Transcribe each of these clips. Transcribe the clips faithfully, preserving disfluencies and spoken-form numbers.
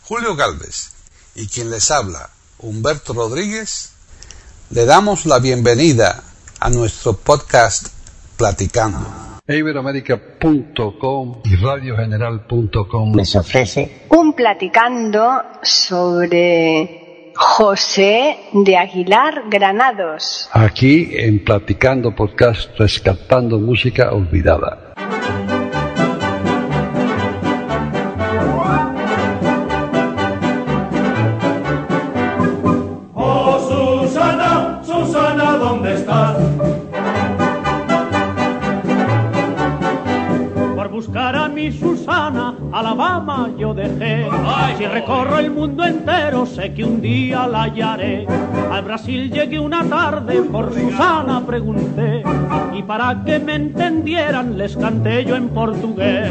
Julio Galvez y quien les habla, Humberto Rodríguez, le damos la bienvenida a nuestro podcast Platicando. Iberoamérica punto com y radio general punto com les ofrece un Platicando sobre José de Aguilar Granados. Aquí en Platicando Podcast, rescatando música olvidada. Susana, Alabama yo dejé. Ay, si recorro el mundo entero, sé que un día la hallaré. Al Brasil llegué una tarde, por Susana pregunté, y para que me entendieran les canté yo en portugués.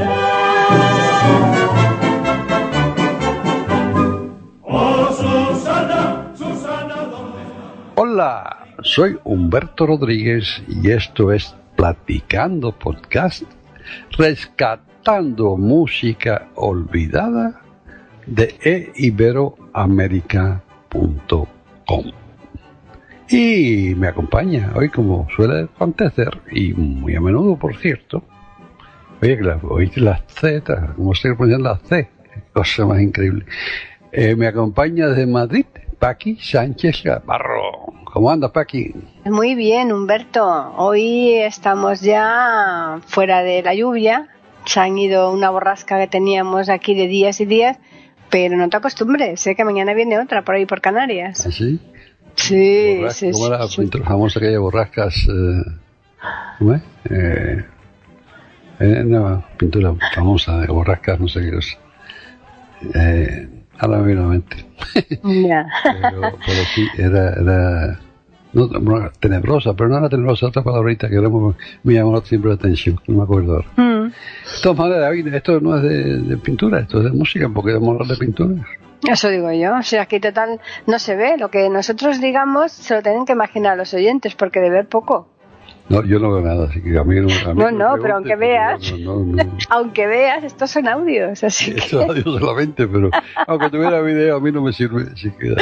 Oh, Susana, Susana, ¿dónde estás? Hola, soy Humberto Rodríguez y esto es Platicando Podcast, rescatando música olvidada de iberoamérica punto com. Y me acompaña hoy, como suele acontecer, y muy a menudo, por cierto. Oye, que la, oíste las C, como se ponían las C, cosa más increíble. Eh, me acompaña desde Madrid, Paqui Sánchez Gavarro. ¿Cómo anda, Paqui? Muy bien, Humberto. Hoy estamos ya fuera de la lluvia. Se han ido una borrasca que teníamos aquí de días y días, pero no te acostumbres, sé que mañana viene otra por ahí por Canarias. ¿Ah, sí? Sí, Borrasca, sí, ¿cómo era sí. la famosa aquella borrascas? Eh, ¿Cómo es? Eh, eh, una pintura famosa de borrascas, no sé qué cosa. Eh, ahora me viene a la mente. Ya. pero, pero sí, era... era no, no, tenebrosa, pero no era tenebrosa, otra palabrita que éramos, me llamó siempre la atención, no me acuerdo ahora. Mm. De todas maneras, David, esto no es de, de pintura, esto es de música, porque vamos a hablar de pintura. Eso digo yo, o sea, aquí total no se ve, lo que nosotros digamos se lo tienen que imaginar los oyentes, porque de ver poco. No, yo no veo nada, así que a mí no... A mí No, me no, pero aunque veas, no, no, no. aunque veas, estos son audios, así que... Eso es audio solamente, pero aunque tuviera video a mí no me sirve, así que...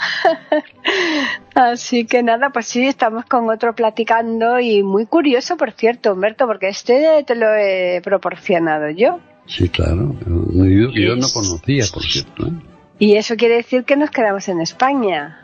Así que nada, pues sí, estamos con otro Platicando y muy curioso, por cierto, Humberto, porque este te lo he proporcionado yo. Sí, claro, yo, yo no conocía, por cierto, ¿eh? Y eso quiere decir que nos quedamos en España.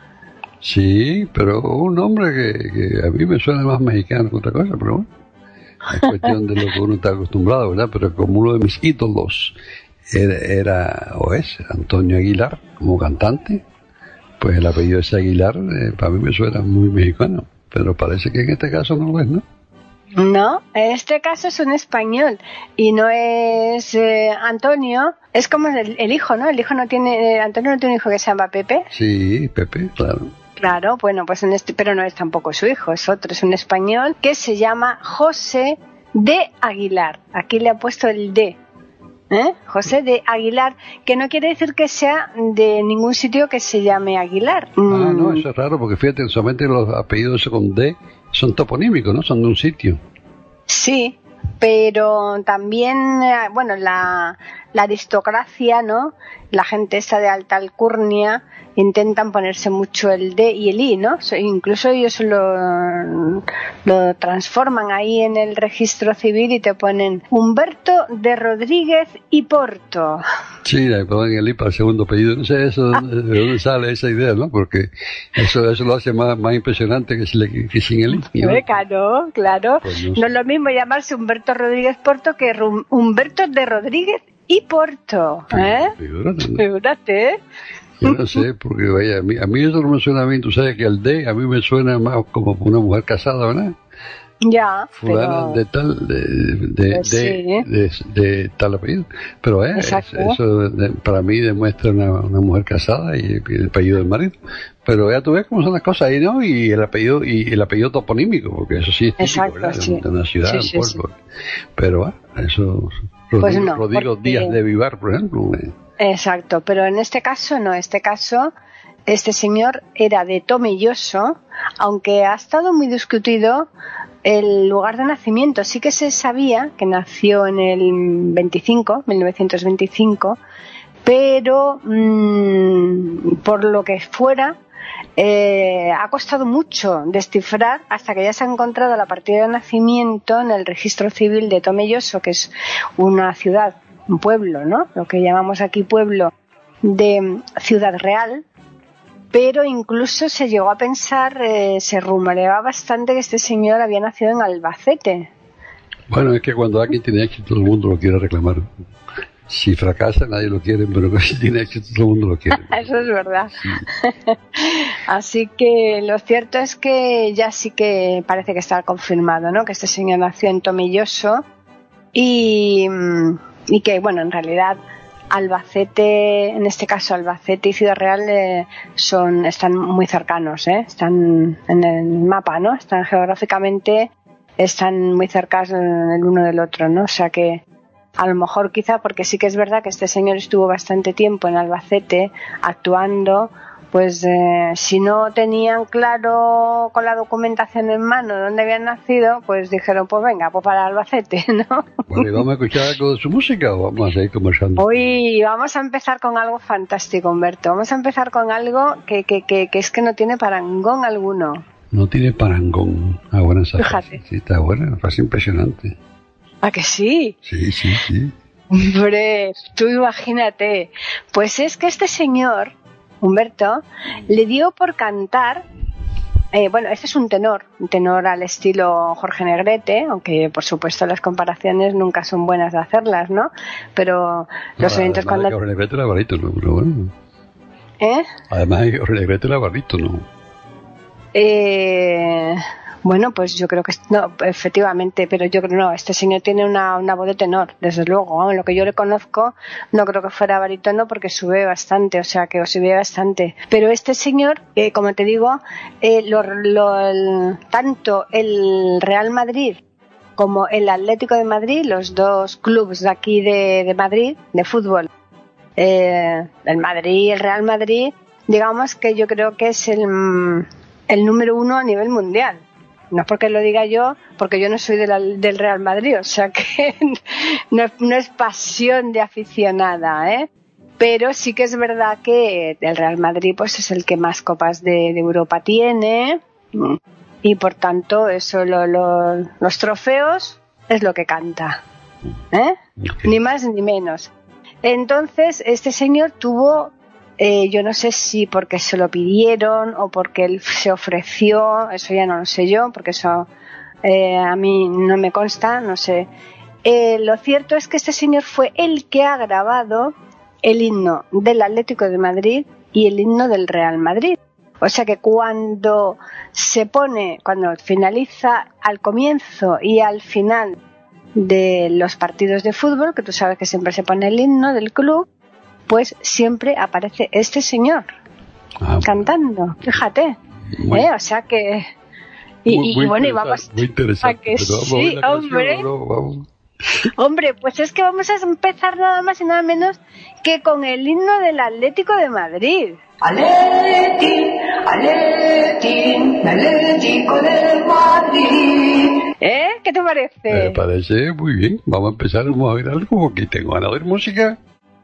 Sí, pero un nombre que, que a mí me suena más mexicano que otra cosa, pero bueno, es cuestión de lo que uno está acostumbrado, ¿verdad? Pero como uno de mis ídolos era, era o es Antonio Aguilar, como cantante, pues el apellido ese Aguilar, eh, para mí me suena muy mexicano, pero parece que en este caso no lo es, ¿no? No, en este caso es un español y no es eh, Antonio, es como el, el hijo, ¿no? El hijo no tiene, eh, Antonio no tiene un hijo que se llama Pepe. Sí, Pepe, claro. Claro, bueno, pues en este, pero no es tampoco su hijo, es otro, es un español que se llama José de Aguilar. Aquí le ha puesto el D. ¿Eh? José de Aguilar, que no quiere decir que sea de ningún sitio que se llame Aguilar. Ah, mm. no, eso es raro, porque fíjate, solamente los apellidos con D son toponímicos, ¿no? Son de un sitio. Sí, pero también, bueno, la, la aristocracia, ¿no? La gente esa de alta alcurnia intentan ponerse mucho el D y el I, ¿no? Incluso ellos lo, lo transforman ahí en el registro civil y te ponen Humberto de Rodríguez y Porto. Sí, le ponen el I para el segundo apellido. No sé eso, de dónde sale esa idea, ¿no? Porque eso eso lo hace más, más impresionante que, si le, que sin el I, ¿no? Claro, claro. Pues no sé. No es lo mismo llamarse Humberto Rodríguez Porto que Rum- Humberto de Rodríguez y Porto, ¿eh? Figúrate, ¿no? Figúrate, ¿eh? Yo no sé, porque vaya, a mí, a mí eso no me suena bien. Tú sabes que el D a mí me suena más como una mujer casada, ¿verdad? Ya, Fulana pero... de tal, de, de, Pues de, sí. de, de tal apellido. Pero eh, es- Exacto. eso de- para mí demuestra una, una mujer casada y el apellido del marido. Pero ya tú ves cómo son las cosas ahí, ¿no? Y el apellido y el apellido toponímico, porque eso sí es típico, Exacto, ¿verdad? sí. De una ciudad, Sí, un sí, pueblo. Pero ah, eso... Pues Rodrigo, no, Rodrigo porque- Díaz de Vivar, por ejemplo. eh, Exacto, pero en este caso no, en este caso este señor era de Tomelloso, aunque ha estado muy discutido el lugar de nacimiento. Sí que se sabía que nació en el veinticinco, mil novecientos veinticinco, pero mmm, por lo que fuera, eh, ha costado mucho descifrar hasta que ya se ha encontrado la partida de nacimiento en el registro civil de Tomelloso, que es una ciudad, un pueblo, ¿no? Lo que llamamos aquí pueblo de Ciudad Real. Pero incluso se llegó a pensar, eh, se rumoreaba bastante que este señor había nacido en Albacete. Bueno, es que cuando alguien tiene éxito, todo el mundo lo quiere reclamar. Si fracasa, nadie lo quiere, pero si tiene éxito, todo el mundo lo quiere. Eso es verdad. Sí. Así que lo cierto es que ya sí que parece que está confirmado, ¿no? Que este señor nació en Tomelloso y, y que, bueno, en realidad Albacete, en este caso Albacete y Ciudad Real eh, son, están muy cercanos, ¿eh? Están en el mapa, ¿no? Están geográficamente, están muy cercanos el uno del otro, ¿no? O sea que a lo mejor quizá, porque sí que es verdad que este señor estuvo bastante tiempo en Albacete actuando, pues eh, si no tenían claro con la documentación en mano dónde habían nacido, pues dijeron, pues venga, pues para Albacete, ¿no? Bueno, ¿y vamos a escuchar algo de su música o vamos a seguir conversando? Hoy vamos a empezar con algo fantástico, Humberto. Vamos a empezar con algo que, que, que, que es que no tiene parangón alguno. No tiene parangón. Ah, buena esa Fíjate. frase. Sí, está buena, frase impresionante. ¿A que sí? Sí, sí, sí. Hombre, tú imagínate. Pues es que este señor, Humberto, le dio por cantar, eh, bueno, este es un tenor, un tenor al estilo Jorge Negrete, aunque por supuesto las comparaciones nunca son buenas de hacerlas, ¿no? Pero los no, oyentes cuando... Jorge Negrete era barítono, pero bueno. ¿Eh? Además, Jorge Negrete era barítono. Eh... Bueno, pues yo creo que no, efectivamente, pero yo creo no, este señor tiene una, una voz de tenor, desde luego, ¿no? En lo que yo le conozco, no creo que fuera barítono porque sube bastante, o sea que o sube bastante. Pero este señor, eh, como te digo, eh, lo, lo, el, tanto el Real Madrid como el Atlético de Madrid, los dos clubes de aquí de, de Madrid, de fútbol, eh, el Madrid y el Real Madrid, digamos que yo creo que es el, el número uno a nivel mundial. No es porque lo diga yo, porque yo no soy de la, del Real Madrid, o sea que no, no es pasión de aficionada, ¿eh? Pero sí que es verdad que el Real Madrid pues es el que más copas de, de Europa tiene y por tanto eso lo, lo, los trofeos es lo que canta, ¿eh? Okay. Ni más ni menos. Entonces este señor tuvo... Eh, yo no sé si porque se lo pidieron o porque él se ofreció, eso ya no lo sé yo, porque eso eh, a mí no me consta, no sé. Eh, lo cierto es que este señor fue el que ha grabado el himno del Atlético de Madrid y el himno del Real Madrid. O sea que cuando se pone, cuando finaliza al comienzo y al final de los partidos de fútbol, que tú sabes que siempre se pone el himno del club, pues siempre aparece este señor ah, cantando, fíjate, muy, ¿eh? O sea que y, muy, muy y bueno, y vamos muy interesante, a que sí, a hombre, canción, no, vamos. Hombre, pues es que vamos a empezar nada más y nada menos que con el himno del Atlético de Madrid. Atleti, Atleti, Atlético de Madrid. ¿Eh? ¿Qué te parece? Me parece muy bien. Vamos a empezar, vamos a ver algo porque tengo ganas de oír música.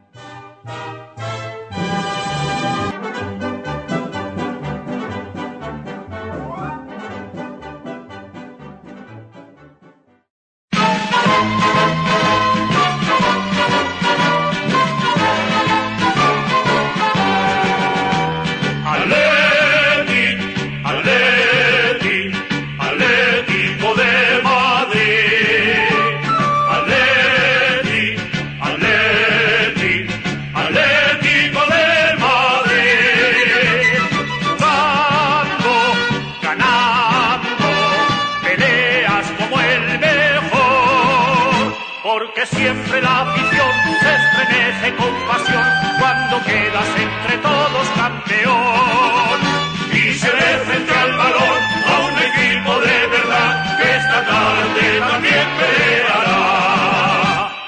Siempre la afición se estremece con pasión cuando quedas entre todos campeón y se ve frente al balón a un equipo de verdad que esta tarde también peleará.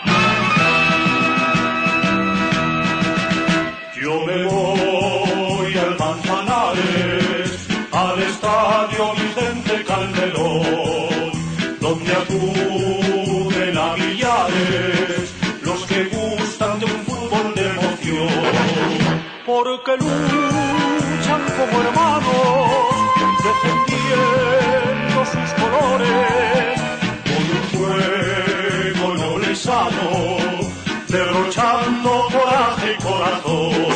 Yo me voy al Manzanares, al estadio Vicente Calderón, donde acuden a millares los que gustan de un fútbol de emoción. porque luchan como hermanos, defendiendo sus colores, con un fuego noble y sano, derrochando coraje y corazón.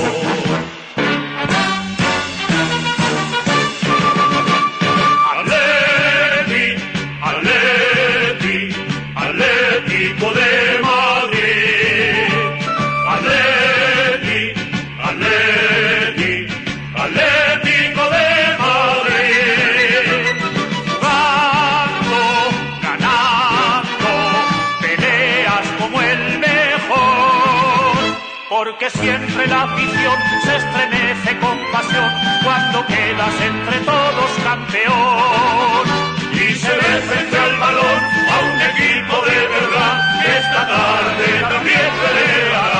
Atleti, Atleti, Atlético de Madrid. Atleti, Atleti, Atlético de Madrid. Jugando, ganando, peleas como el mejor, porque siempre la afición se estremece con pasión cuando quedas entre todos campeón. Y se ve frente al balón a un equipo de verdad que esta tarde también peleará.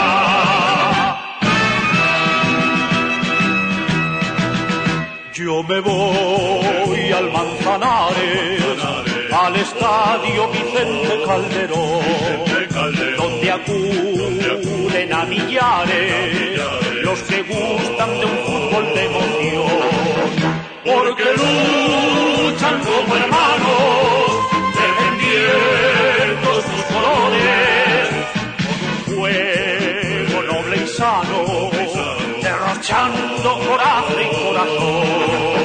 Yo me voy al Manzanares, al estadio Vicente Calderón, donde acuden a millares los que gustan de un fútbol de emoción, porque luchan como hermanos, defendiendo sus colores, con un fuego noble y sano, derrochando coraje y corazón.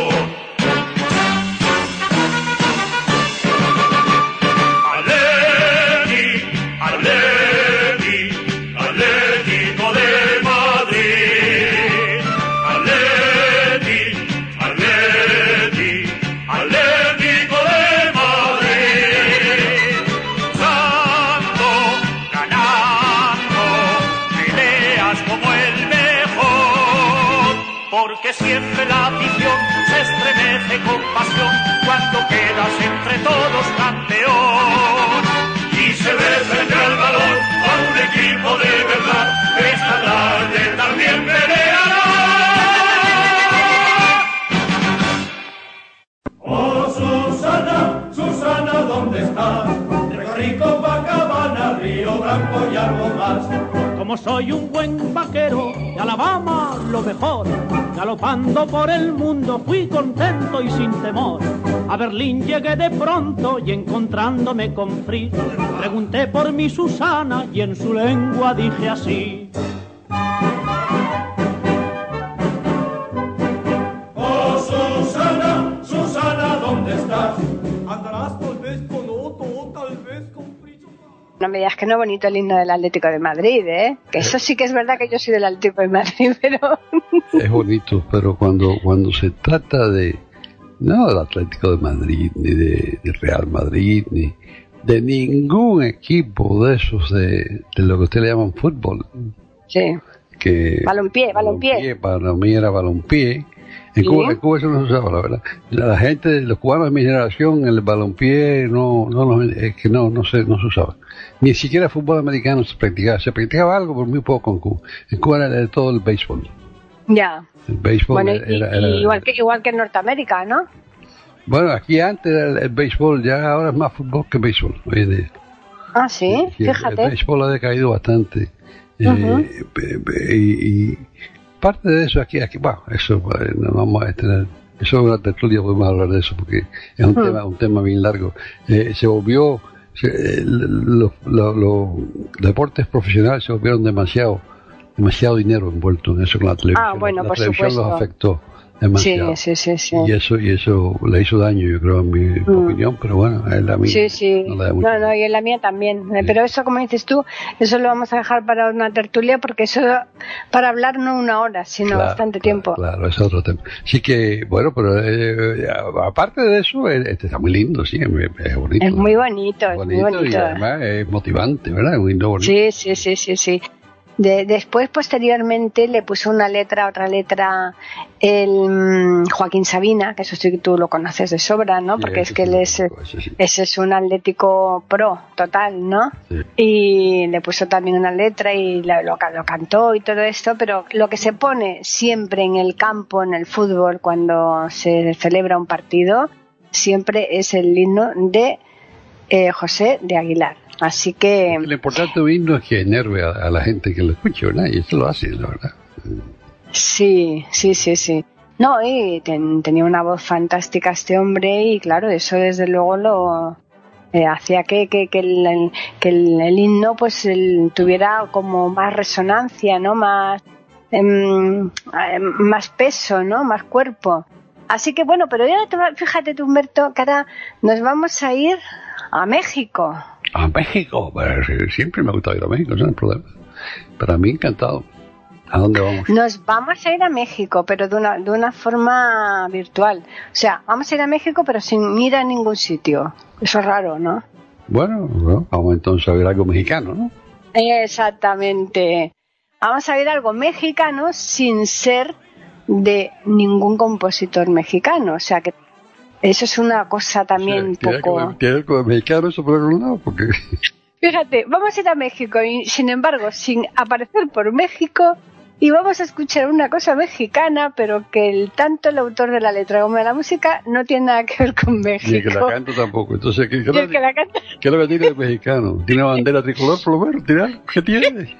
Atleti, Atleti, Atlético de Madrid. Atleti, Atleti, Atlético de Madrid. Ganando, ganando, peleas como el mejor, porque siempre la afición se estremece con pasión cuando quedas entre todos campeón. Y se ve frente al balón a un equipo de verdad que esta tarde también peleará. Oh Susana, Susana, ¿dónde estás? Recorrí Copacabana, Río Branco y algo más. Como soy un buen vaquero, de Alabama lo mejor, galopando por el mundo fui contento y sin temor. A Berlín llegué de pronto y encontrándome con Fritz, pregunté por mi Susana y en su lengua dije así. Oh Susana, Susana, ¿dónde estás? Andarás tal vez con Otto o tal vez con Fritz. No me digas que no bonito el himno del Atlético de Madrid, ¿eh? Que eso sí que es verdad que yo soy del Atlético de Madrid, pero... Es bonito, pero cuando, cuando se trata de... No del Atlético de Madrid, ni de, de Real Madrid, ni de ningún equipo de esos de, de lo que usted le llaman fútbol. Sí. Que balompié, balompié. Para mí era balompié. En, ¿Sí? Cuba, en Cuba eso no se usaba, la verdad. La, la gente, los cubanos de mi generación, el balompié no, no, no, es que no, no se, no se usaba. Ni siquiera el fútbol americano se practicaba. Se practicaba algo, pero muy poco en Cuba. En Cuba era, era todo el béisbol. Ya. El béisbol bueno, era, y, era, era, igual que igual que en Norteamérica, ¿no? Bueno, aquí antes era el, el béisbol, ya ahora es más fútbol que béisbol hoy en día. Ah, sí, sí, fíjate. El béisbol ha decaído bastante. Uh-huh. eh, y, y parte de eso aquí, aquí, bueno, eso eh, no vamos a tener, eso es una tertulia, podemos hablar de eso porque es un uh-huh. tema, un tema bien largo. Eh, se volvió, se, eh, los lo, lo, deportes profesionales se volvieron demasiado, demasiado dinero envuelto en eso con la televisión. Ah, bueno, la por televisión supuesto. los afectó demasiado. Sí, sí, sí, sí. Y eso, y eso le hizo daño, yo creo, en mi mm. opinión, pero bueno, es la mía. Sí, sí. No, no, no, y en la mía también. Sí. Pero eso, como dices tú, eso lo vamos a dejar para una tertulia, porque eso, para hablar no una hora, sino claro, bastante claro, tiempo. Claro, es otro tema. Así que, bueno, pero eh, aparte de eso, este está muy lindo, sí, es bonito. Es muy bonito, es bonito, muy bonito. Y además es motivante, ¿verdad? Es muy bonito. Sí, sí, sí, sí, sí. De, después, posteriormente, le puso una letra, otra letra, el um, Joaquín Sabina, que eso sí que tú lo conoces de sobra, ¿no? Porque sí, es que él es, sí. ese es un Atlético pro total, ¿no? Sí. Y le puso también una letra y lo, lo, lo cantó y todo esto, pero lo que se pone siempre en el campo, en el fútbol, cuando se celebra un partido, siempre es el himno de eh, José de Aguilar. Así que... Lo importante de un himno es que enerve a, a la gente que lo escucha, ¿verdad? Y eso lo hace, la verdad. Sí, sí, sí, sí. No, y ten, tenía una voz fantástica este hombre y claro, eso desde luego lo eh, hacía que, que, que, el, que el, el himno pues el, tuviera como más resonancia, ¿no? Más, eh, más peso, ¿no? Más cuerpo. Así que bueno, pero ahora fíjate tú, Humberto, que ahora nos vamos a ir a México. ¿A México? Pues, siempre me ha gustado ir a México, no hay problema. Pero a mí encantado. ¿A dónde vamos? Nos vamos a ir a México, pero de una, de una forma virtual. O sea, vamos a ir a México, pero sin ir a ningún sitio. Eso es raro, ¿no? Bueno, bueno, vamos entonces a ver algo mexicano, ¿no? Exactamente. Vamos a ver algo mexicano sin ser de ningún compositor mexicano. O sea, que eso es una cosa también sí, un poco... ¿Tiene algo de mexicano eso por algún lado? Porque... Fíjate, vamos a ir a México y, sin embargo, sin aparecer por México... Y vamos a escuchar una cosa mexicana, pero que el, tanto el autor de la letra como de la música no tiene nada que ver con México. Ni el que la canta tampoco. Entonces, ¿qué, qué, ¿Y el que la canta? ¿qué es lo que tiene el mexicano? ¿Tiene bandera tricolor por lo menos? ¿Tiene? ¿Qué tiene?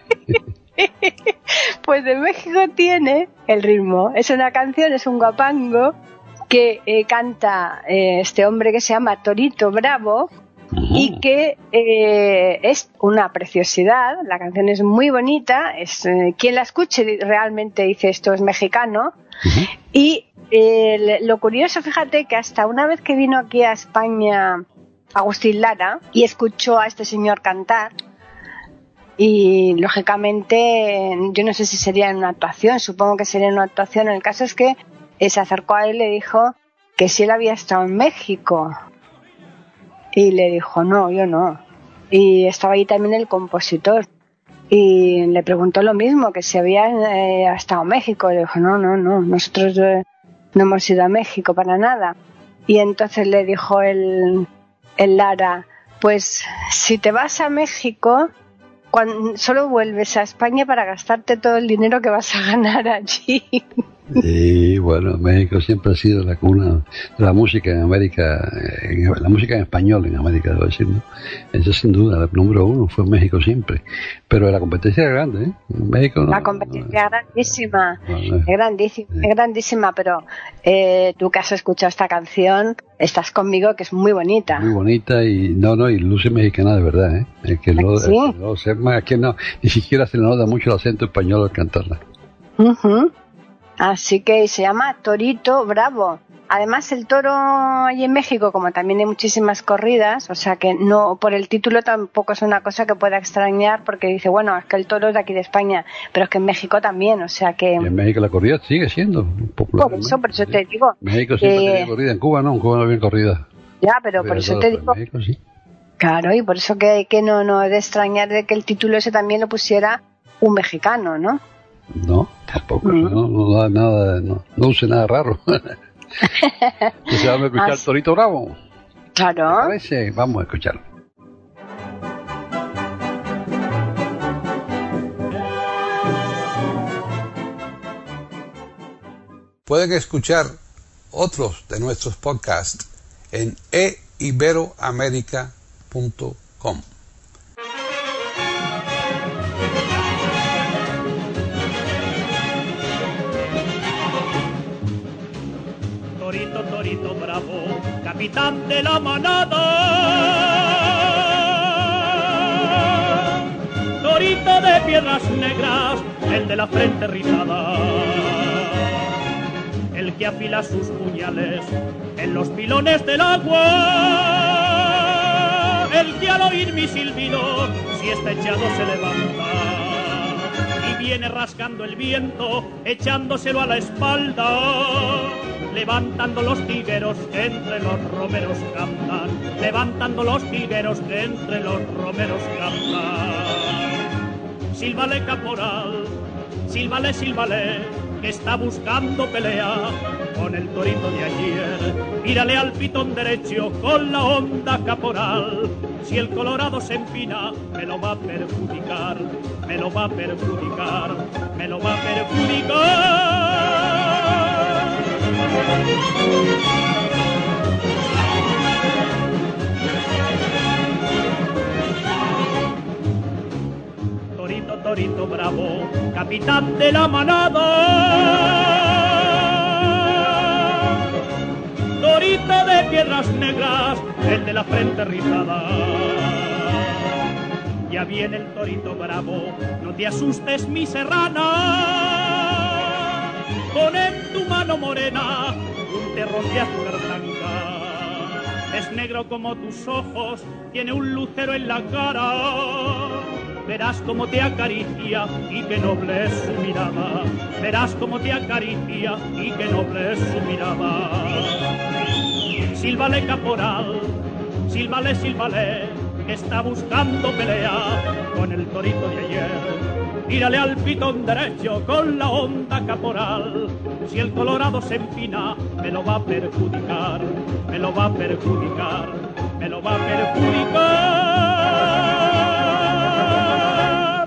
Pues de México tiene el ritmo. Es una canción, es un guapango que eh, canta eh, este hombre que se llama Torito Bravo. Uh-huh. Y que eh, es una preciosidad. La canción es muy bonita, es eh, quien la escuche realmente dice esto es mexicano. Uh-huh. Y eh, lo curioso, fíjate que hasta una vez que vino aquí a España Agustín Lara y escuchó a este señor cantar, y lógicamente yo no sé si sería en una actuación, supongo que sería en una actuación. El caso es que eh, se acercó a él y le dijo que si él había estado en México. Y le dijo, no, yo no. Y estaba ahí también el compositor. Y le preguntó lo mismo, que si había eh, estado en México. Y le dijo, no, no, no, nosotros eh, no hemos ido a México para nada. Y entonces le dijo el, el Lara, pues si te vas a México, cuando, solo vuelves a España para gastarte todo el dinero que vas a ganar allí. Y bueno, México siempre ha sido la cuna de la música en América, en, la música en español en América, debo decir, ¿no? Eso sin duda, el número uno fue México siempre. Pero la competencia era grande, ¿eh? México no, la competencia es grandísima, no, es grandísima, sí. es grandísima, pero eh, tú que has escuchado esta canción, estás conmigo que es muy bonita. Muy bonita y no, no, y luce mexicana de verdad, ¿eh? Es que no, ¿Sí? es que no, es más, es que no, ni siquiera se le nota mucho el acento español al cantarla. Uh-huh. Así que se llama Torito Bravo. Además, el toro allí en México, como también hay muchísimas corridas, o sea que no, por el título tampoco es una cosa que pueda extrañar, porque dice, bueno, es que el toro es de aquí de España, pero es que en México también, o sea que... Y en México la corrida sigue siendo popular. Por eso, por eso te digo... México siempre eh, tenía corrida, en Cuba no, en Cuba no había corrida. Ya, pero por eso te digo... México, sí. Claro, y por eso que, que no, no es de extrañar de que el título ese también lo pusiera un mexicano, ¿no? No, tampoco, mm. no, no da nada, no, no use nada raro. ¿Se va a escuchar Así. Torito Bravo? Claro. ¿Te parece? Vamos a escucharlo. Pueden escuchar otros de nuestros podcasts en e iberoamerica punto com. Torito, Torito Bravo, capitán de la manada. Torito de piedras negras, el de la frente rizada. El que afila sus puñales en los pilones del agua. El que al oír mi silbido, si está echado se levanta. Y viene rascando el viento, echándoselo a la espalda. Levantando los tigueros que entre los romeros cantan, levantando los tigueros que entre los romeros cantan. Sílvale caporal, sílvale, sílvale, que está buscando pelea con el torito de ayer. Mírale al pitón derecho con la onda caporal. Si el colorado se empina, me lo va a perjudicar, me lo va a perjudicar, me lo va a perjudicar. Torito, torito bravo, capitán de la manada. Torito de piernas negras, el de la frente rizada. Ya viene el torito bravo, no te asustes mi serrana. Pon en tu mano morena un terrón de azúcar blanca. Es negro como tus ojos, tiene un lucero en la cara. Verás cómo te acaricia y qué noble es su mirada. Verás cómo te acaricia y qué noble es su mirada. Sílvale caporal, sílvale, sílvale, que está buscando pelea con el torito de ayer. Tírale al pitón derecho con la onda caporal. Si el colorado se empina, me lo va a perjudicar, me lo va a perjudicar, me lo va a perjudicar.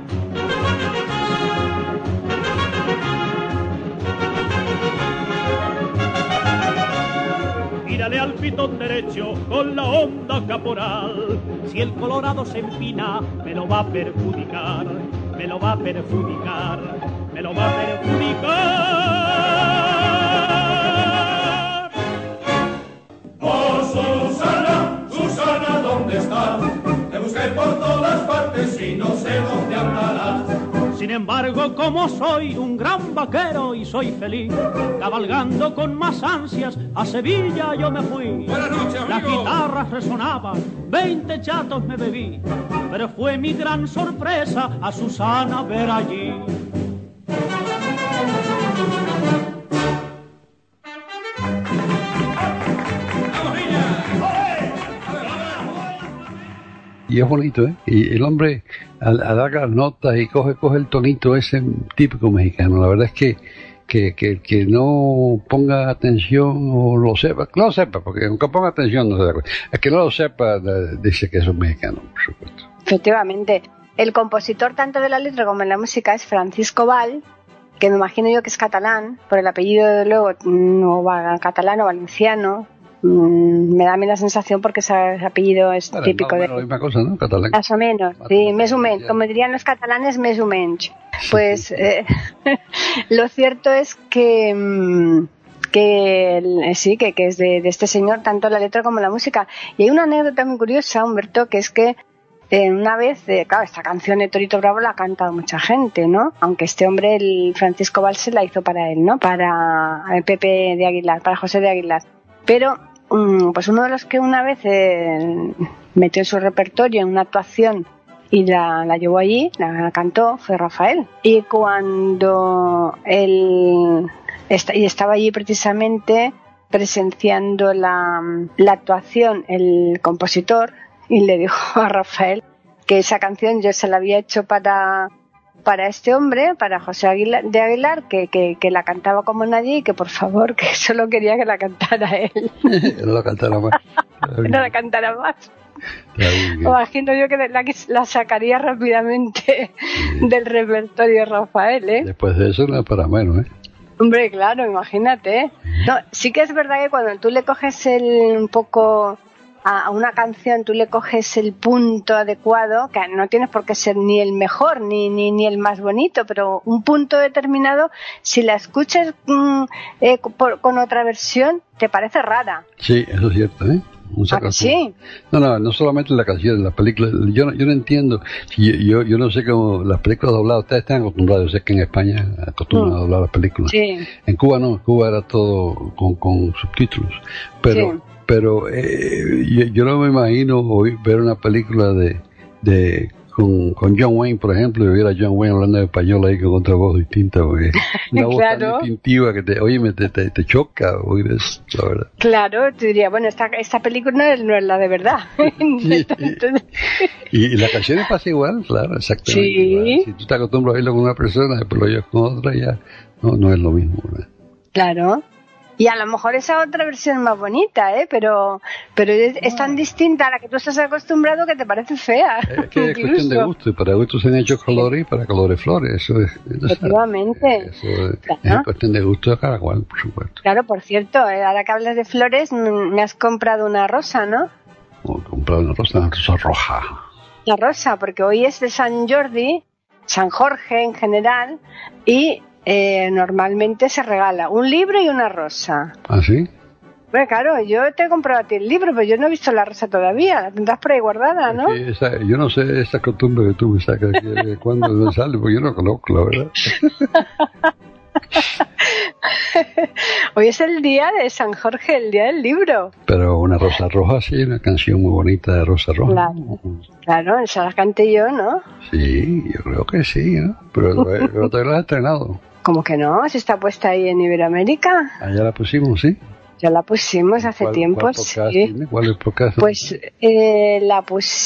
Tírale al pitón derecho con la onda caporal. Si el colorado se empina, me lo va a perjudicar, me lo va a perjudicar, me lo va a perjudicar. Oh, Susana, Susana, ¿dónde estás? Te busqué por todas partes y no sé dónde andarás. Sin embargo, como soy un gran vaquero y soy feliz, cabalgando con más ansias a Sevilla yo me fui. Buenas noches, amigo. Las guitarras resonaban, veinte chatos me bebí, pero fue mi gran sorpresa a Susana ver allí. Y es bonito, ¿eh? Y el hombre al, al dar las notas y coge, coge el tonito ese típico mexicano. La verdad es que que, que, que no ponga atención o lo sepa, que no lo sepa, porque aunque ponga atención no se da cuenta. Es que no lo sepa, dice que es un mexicano, por supuesto. Efectivamente. El compositor tanto de la letra como de la música es Francisco Val, que me imagino yo que es catalán, por el apellido de luego, no va catalán o valenciano. Me da a mí la sensación porque ese apellido es bueno, típico de... la misma cosa, ¿no? Catalán. Más o menos, sí, més o menys. Como dirían los catalanes, més o menys. Pues eh, lo cierto es que... que sí, que, que es de, de este señor, tanto la letra como la música. Y hay una anécdota muy curiosa, Humberto, que es que eh, una vez, eh, claro, esta canción de Torito Bravo la ha cantado mucha gente, ¿no? Aunque este hombre, el Francisco Val, se la hizo para él, ¿no? Para el Pepe de Aguilar, para José de Aguilar. Pero pues uno de los que una vez eh, metió en su repertorio en una actuación y la, la llevó allí, la cantó, fue Rafael. Y cuando él est- y estaba allí precisamente presenciando la, la actuación el compositor, y le dijo a Rafael que esa canción yo se la había hecho para... para este hombre, para José Aguilar, de Aguilar, que, que, que la cantaba como nadie y que por favor, que solo quería que la cantara él. No la cantara más. No la cantara más. Imagino yo que la, la sacaría rápidamente sí. del repertorio de Rafael, ¿eh? Después de eso no es para menos, ¿eh? Hombre, claro, imagínate. No, sí que es verdad que cuando tú le coges el un poco... a una canción tú le coges el punto adecuado, que no tienes por qué ser ni el mejor ni, ni, ni el más bonito, pero un punto determinado, si la escuchas mmm, eh, por, con otra versión, te parece rara. Sí, eso es cierto, ¿eh? ¿Ah, sí? No, no, no solamente la canción, la película, yo, yo no entiendo, yo, yo, yo no sé cómo las películas dobladas, ustedes están acostumbrados, yo sé que en España acostumbran mm. a doblar las películas. Sí. En Cuba no, en Cuba era todo con, con subtítulos, pero... Sí. Pero eh, yo, yo no me imagino oír, ver una película de, de con, con John Wayne, por ejemplo, y ver a John Wayne hablando en español ahí con otra voz distinta, porque una voz claro. tan distintiva que te, oye, me, te, te, te choca oír eso, la verdad. Claro, te diría, bueno, esta, esta película no es, no es la de verdad. Sí. y, y la canción pasa igual, claro, exactamente. Sí. Igual. Si tú te acostumbras a oírlo con una persona, después lo oyes con otra, ya no, no es lo mismo, ¿verdad? Claro. Y a lo mejor esa otra versión es más bonita, ¿eh? Pero, pero es, es tan distinta a la que tú estás acostumbrado que te parece fea. Es que es cuestión de gusto, y para gustos se han hecho colores y para colores flores, eso es. Efectivamente. Eso es, claro. Es cuestión de gusto de cada cual, por supuesto. Claro, por cierto, ahora que hablas de flores, me has comprado una rosa, ¿no? Oh, he comprado una rosa, una rosa roja. La rosa, porque hoy es de San Jordi. San Jorge en general, y eh, normalmente se regala un libro y una rosa. ¿Ah, sí? Bueno, claro, yo te he comprado a ti el libro, pero yo no he visto la rosa todavía. La tendrás por ahí guardada, ¿no? Sí, esa, yo no sé esa costumbre que tú me sacas de cuándo no sale, porque yo no conozco, la verdad. Hoy es el día de San Jorge, el día del libro. Pero una rosa roja, sí, una canción muy bonita de Rosa Roja. Claro, claro, esa la canté yo, ¿no? Sí, yo creo que sí, ¿no? Pero, pero todavía la has estrenado. ¿Cómo que no? Si está puesta ahí en Iberoamérica. Allá la pusimos, ¿sí? Ya la pusimos hace ¿Cuál, tiempo, cuál podcast sí. tiene? ¿Cuál es el podcast? Pues eh, la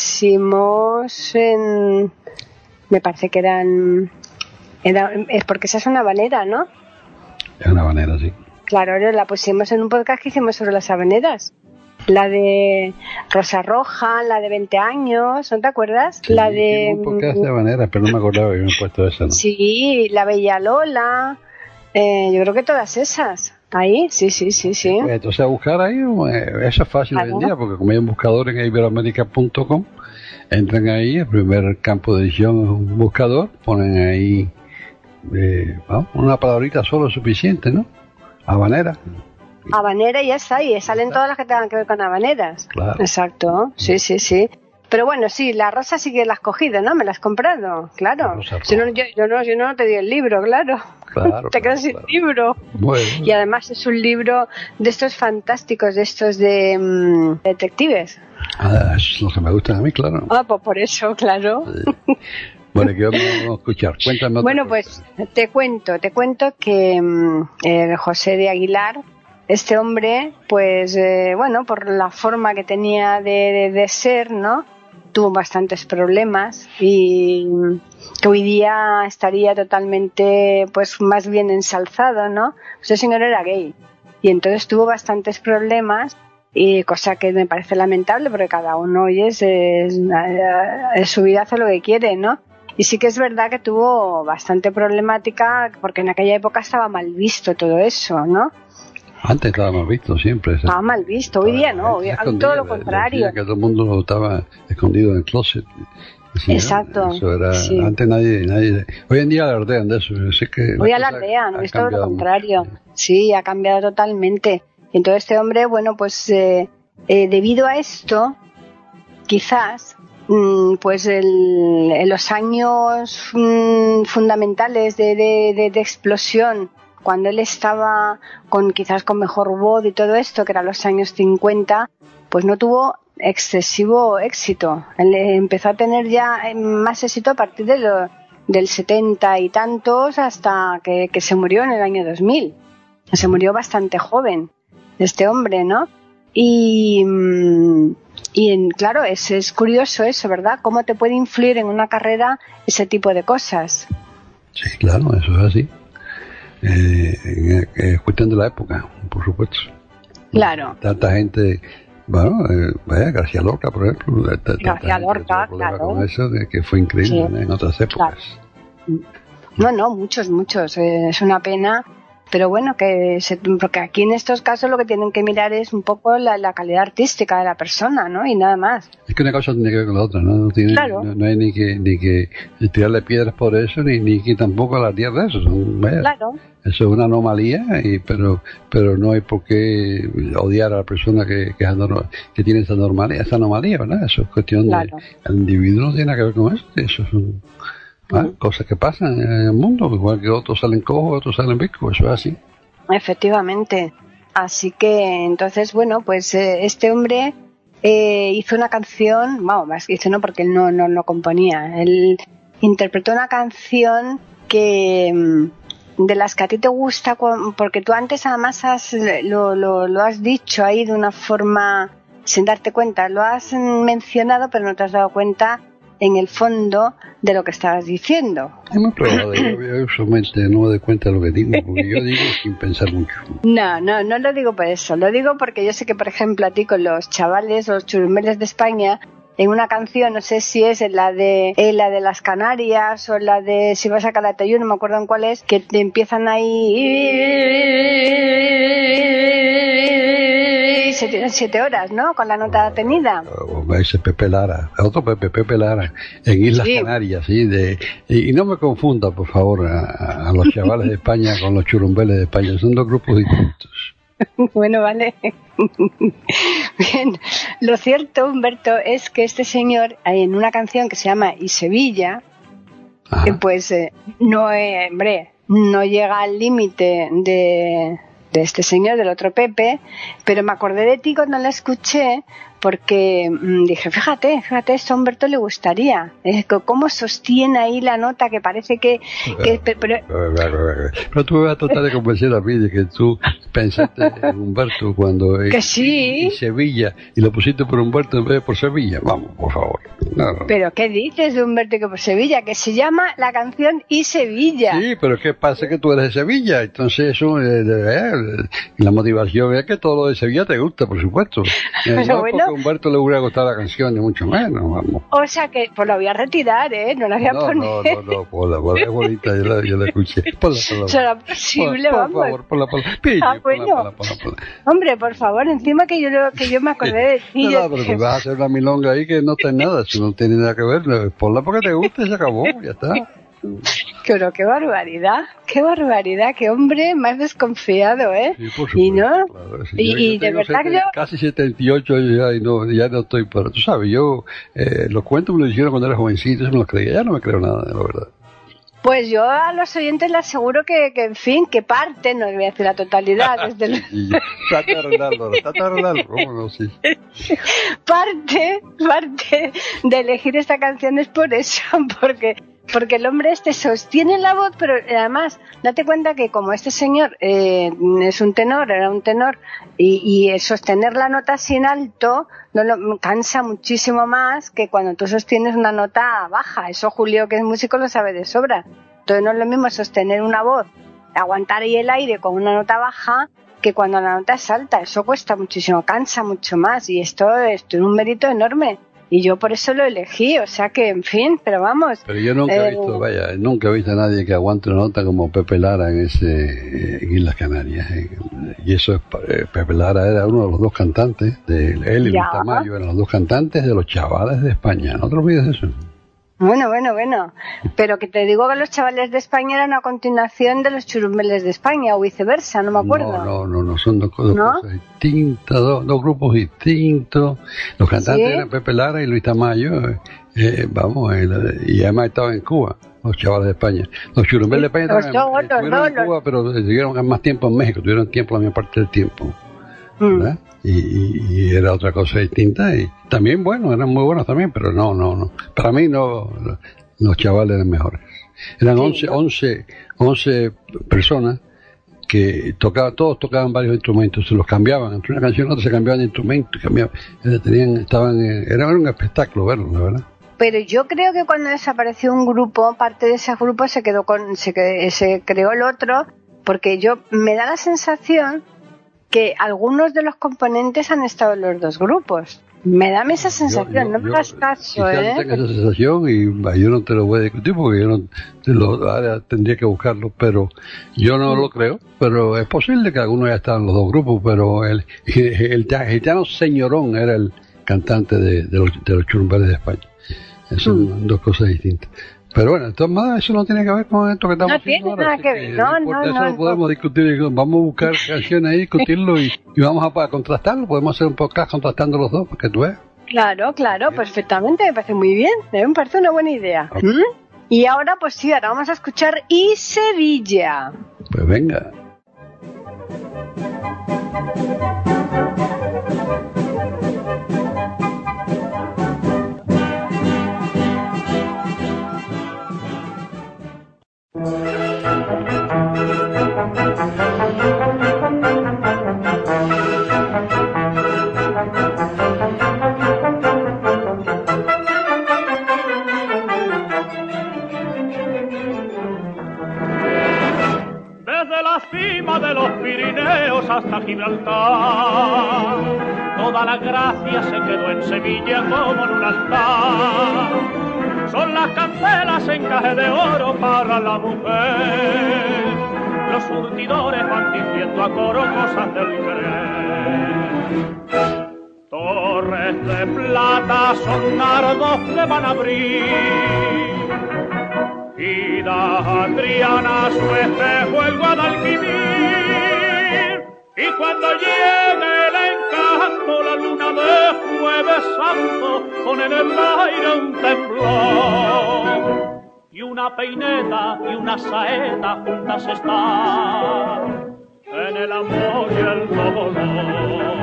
pusimos en... Me parece que eran... Era, es porque esa es una habanera, ¿no? Es una habanera, sí. Claro, la pusimos en un podcast que hicimos sobre las habaneras. La de Rosa Roja, la de veinte años, ¿no te acuerdas? Sí, la de... un podcast de habaneras, pero no me acordaba que me he puesto esa, ¿no? Sí, la Bella Lola, eh, yo creo que todas esas. Ahí, sí, sí, sí, sí. Pues entonces a buscar ahí, eh, eso es fácil Claro. hoy en día, porque como hay un buscador en iberoamerica punto com, entran ahí, el primer campo de edición es un buscador, ponen ahí eh, vamos, una palabrita solo es suficiente, ¿no? Habanera. Habanera y ya está, y salen todas las que tengan que ver con habaneras. Claro. Exacto, sí, sí, sí. Pero bueno, sí, la rosa sí que la has cogido, ¿no? Me la has comprado, claro. Rosa Si no, roja. yo, yo no, yo no te di el libro, claro. Claro, Te quedas claro, sin claro. libro. Bueno, Y además es un libro de estos fantásticos, de estos de mm, detectives. ah, eso es lo que me gusta a mí, claro. Ah, pues por eso, claro. Bueno, ¿qué vamos a escuchar? Cuéntame otra Bueno, cosa. pues te cuento, te cuento que mm, eh, José de Aguilar, este hombre, pues eh, bueno, por la forma que tenía de, de, de ser, ¿no? Tuvo bastantes problemas y mm, que hoy día estaría totalmente, pues más bien ensalzado, ¿no? Este señor era gay y entonces tuvo bastantes problemas. Y cosa que me parece lamentable porque cada uno, oye, es, es, es su vida, hace lo que quiere, ¿no? Y sí que es verdad que tuvo bastante problemática porque en aquella época estaba mal visto todo eso, ¿no? Antes estaba mal visto siempre. esa- Estaba mal visto, hoy día no, hoy, Escondida, todo lo le- contrario. decía que todo el mundo estaba escondido en el closet. Sí, Exacto, Eso era, sí. antes nadie, nadie, hoy en día alardean de eso. Yo sé que Hoy las cosas alardean, han es todo lo cambiado contrario. mucho. Sí, ha cambiado totalmente. Entonces este hombre, bueno, pues eh, eh, debido a esto, quizás, mm, pues el, en los años mm, fundamentales de, de, de, de explosión, cuando él estaba con quizás con mejor voz y todo esto, que eran los años cincuenta, pues no tuvo excesivo éxito. Él empezó a tener ya más éxito a partir de lo, del setenta y tantos hasta que, que se murió en el año dos mil. Se murió bastante joven este hombre, ¿no? Y, y en, claro, es, es curioso eso, ¿verdad? Cómo te puede influir en una carrera ese tipo de cosas. Sí, claro, eso es así. Eh, eh, es cuestión de la época, por supuesto. Claro. Tanta gente, bueno, eh, vaya, García Lorca, por ejemplo. tanta García gente Lorca, tuvo problemas claro. con eso, de que fue increíble, Sí. ¿no? En otras épocas. No, no, muchos, muchos. Eh, es una pena. Pero bueno, que se, porque aquí en estos casos lo que tienen que mirar es un poco la, la calidad artística de la persona, ¿no? Y nada más. Es que una cosa tiene que ver con la otra, ¿no? No, tiene, Claro. no, no hay ni que, ni que tirarle piedras por eso, ni, ni que tampoco alardear de eso. Son, vaya, Claro. Eso es una anomalía, y, pero pero no hay por qué odiar a la persona que, que, es anormal, que tiene esa anomalía, esa anomalía, ¿verdad? Eso es cuestión Claro. de... El individuo no tiene nada que ver con eso. Eso son ah, Mm. cosas que pasan en el mundo, igual que otros salen cojos, otros salen bicos, eso es así. Efectivamente. Así que, entonces, bueno, pues eh, este hombre eh, hizo una canción, vamos, más que hizo no, porque él no, no, no componía. Él interpretó una canción que mm, de las que a ti te gusta, cu- porque tú antes además has, lo, lo, lo has dicho ahí de una forma sin darte cuenta. Lo has mencionado, pero no te has dado cuenta en el fondo de lo que estabas diciendo. Hemos probado, yo, yo usualmente no me doy cuenta de lo que digo, porque yo digo sin pensar mucho. No, no, no lo digo por eso. Lo digo porque yo sé que, por ejemplo, a ti con los chavales, los churumeles de España, en una canción, no sé si es en la de en la de las Canarias o la de Si vas a Calatayud, no me acuerdo en cuál es, que te empiezan ahí y se, en siete horas, ¿no? Con la nota tenida. Oh, ese Pepe Lara, otro Pepe, Pepe Lara, en Islas sí. Canarias, sí, de, y, y no me confunda, por favor, a, a los chavales de España con los churumbeles de España, son dos grupos distintos. Bueno, vale. Bien, lo cierto, Humberto, es que este señor, en una canción que se llama Y Sevilla, eh, pues eh, no, eh, hombre, no llega al límite de, de este señor, del otro Pepe, pero me acordé de ti cuando la escuché, porque mmm, dije, fíjate, fíjate, esto a Humberto le gustaría. Es que cómo sostiene ahí la nota que parece que... que pero, pero tú me vas a tratar de convencer a mí de que tú pensaste en Humberto cuando... Que sí. En Sevilla, y lo pusiste por Humberto en vez de por Sevilla. Vamos, por favor. No, no. Pero ¿qué dices de Humberto que por Sevilla? Que se llama la canción Y Sevilla. Sí, pero ¿qué pasa? Que tú eres de Sevilla. Entonces eso, eh, eh, la motivación es que todo lo de Sevilla te gusta, por supuesto. Pero no bueno, a Humberto le hubiera gustado la canción, ni mucho menos, vamos. O sea que, pues la voy a retirar, ¿eh? No la voy a no, poner. No, no, no, ponla, ponla, es bonita, yo la, yo la escuché. Ponla, ponla. ¿Será posible, ponla, vamos? Por favor, ponla, ponla. Pille, ah, bueno. Ponla, ponla, ponla, ponla. Hombre, por favor, encima que yo, que yo me acordé de ti. No, no, pero te vas a hacer una milonga ahí que no está en nada, si no tiene nada que ver, ponla porque te gusta y se acabó, ya está. Pero qué barbaridad, qué barbaridad, qué hombre más desconfiado, ¿eh? Sí, por supuesto, y no, claro, sí. y, yo, y yo de verdad seten, yo... casi setenta y ocho años ya y no, ya no estoy, pero tú sabes, yo eh, los cuentos me los hicieron cuando era jovencito, eso me los creía, ya no me creo nada, la verdad. Pues yo a los oyentes les aseguro que, que en fin, que parte, no les voy a decir la totalidad, desde el... Trata de arreglarlo, trata de arreglarlo, ¿cómo no? Sí. Parte, parte de elegir esta canción es por eso, porque... Porque el hombre este sostiene la voz, pero además, date cuenta que como este señor eh, es un tenor, era un tenor, y, y el sostener la nota así en alto no lo, cansa muchísimo más que cuando tú sostienes una nota baja. Eso Julio, que es músico, lo sabe de sobra. Entonces no es lo mismo sostener una voz, aguantar ahí el aire con una nota baja, que cuando la nota es alta. Eso cuesta muchísimo, cansa mucho más, y esto, esto es un mérito enorme. Y yo por eso lo elegí, o sea que, en fin, pero vamos. Pero yo nunca he visto, eh, vaya, nunca he visto a nadie que aguante una nota como Pepe Lara en ese en Islas Canarias. Eh. Y eso es, eh, Pepe Lara era uno de los dos cantantes, de él y Luis Tamayo eran los dos cantantes de los chavales de España. ¿No te olvides de eso? Bueno, bueno, bueno. Pero que te digo que los chavales de España eran a continuación de los churumbeles de España, o viceversa, no me acuerdo. No, no, no, no son dos, dos ¿no? cosas distintas, dos, dos grupos distintos. Los cantantes ¿sí? eran Pepe Lara y Luis Tamayo, eh, eh, vamos, eh, y además estaban en Cuba, los chavales de España. Los churumbeles de España los estaban no, en, estuvieron no, en Cuba, no. pero tuvieron más tiempo en México, tuvieron tiempo la mayor parte del tiempo, ¿verdad? Mm. Y, y, y era otra cosa distinta y también bueno, eran muy buenos también, pero no, no, no, para mí no, los chavales eran mejores. Eran once, once, once personas que tocaban, todos tocaban varios instrumentos, se los cambiaban, entre una canción y otra se cambiaban de instrumentos, cambiaban, tenían, estaban, era un espectáculo verlo, la verdad. Pero yo creo que cuando desapareció un grupo, parte de ese grupo se quedó con, se, se creó el otro, porque yo, me da la sensación que algunos de los componentes han estado en los dos grupos. Me da esa sensación, yo, yo, no me hagas caso, ¿eh? Yo tengo esa sensación y yo no te lo voy a discutir porque yo no te lo, ahora tendría que buscarlo, pero yo no mm. lo creo. Pero es posible que algunos ya estaban en los dos grupos, pero el, el, el, el gitano Señorón era el cantante de, de los, de los churumbeles de España. Son mm. dos cosas distintas. Pero bueno, de todas maneras, eso no tiene que ver con esto que estamos no tiene ahora, nada que ver, no, no, eso no, lo podemos no. discutir, vamos a buscar canciones ahí, discutirlo y, y vamos a, a contrastarlo, podemos hacer un podcast contrastando los dos, para que tú veas. Claro, claro, perfectamente, me parece muy bien, me parece una buena idea. Okay. ¿Mm? Y ahora, pues sí, ahora vamos a escuchar Y Sevilla. Pues venga. De los Pirineos hasta Gibraltar, toda la gracia se quedó en Sevilla como en un altar. Son las cancelas encaje de oro para la mujer, los surtidores van diciendo a coro cosas del querer. torres de plata son nardos que van a abrir. Y da a Triana su espejo el Guadalquivir. Y cuando llegue el encanto, la luna de Jueves Santo pone en el aire un temblor. Y una peineta y una saeta juntas están en el amor y el dolor.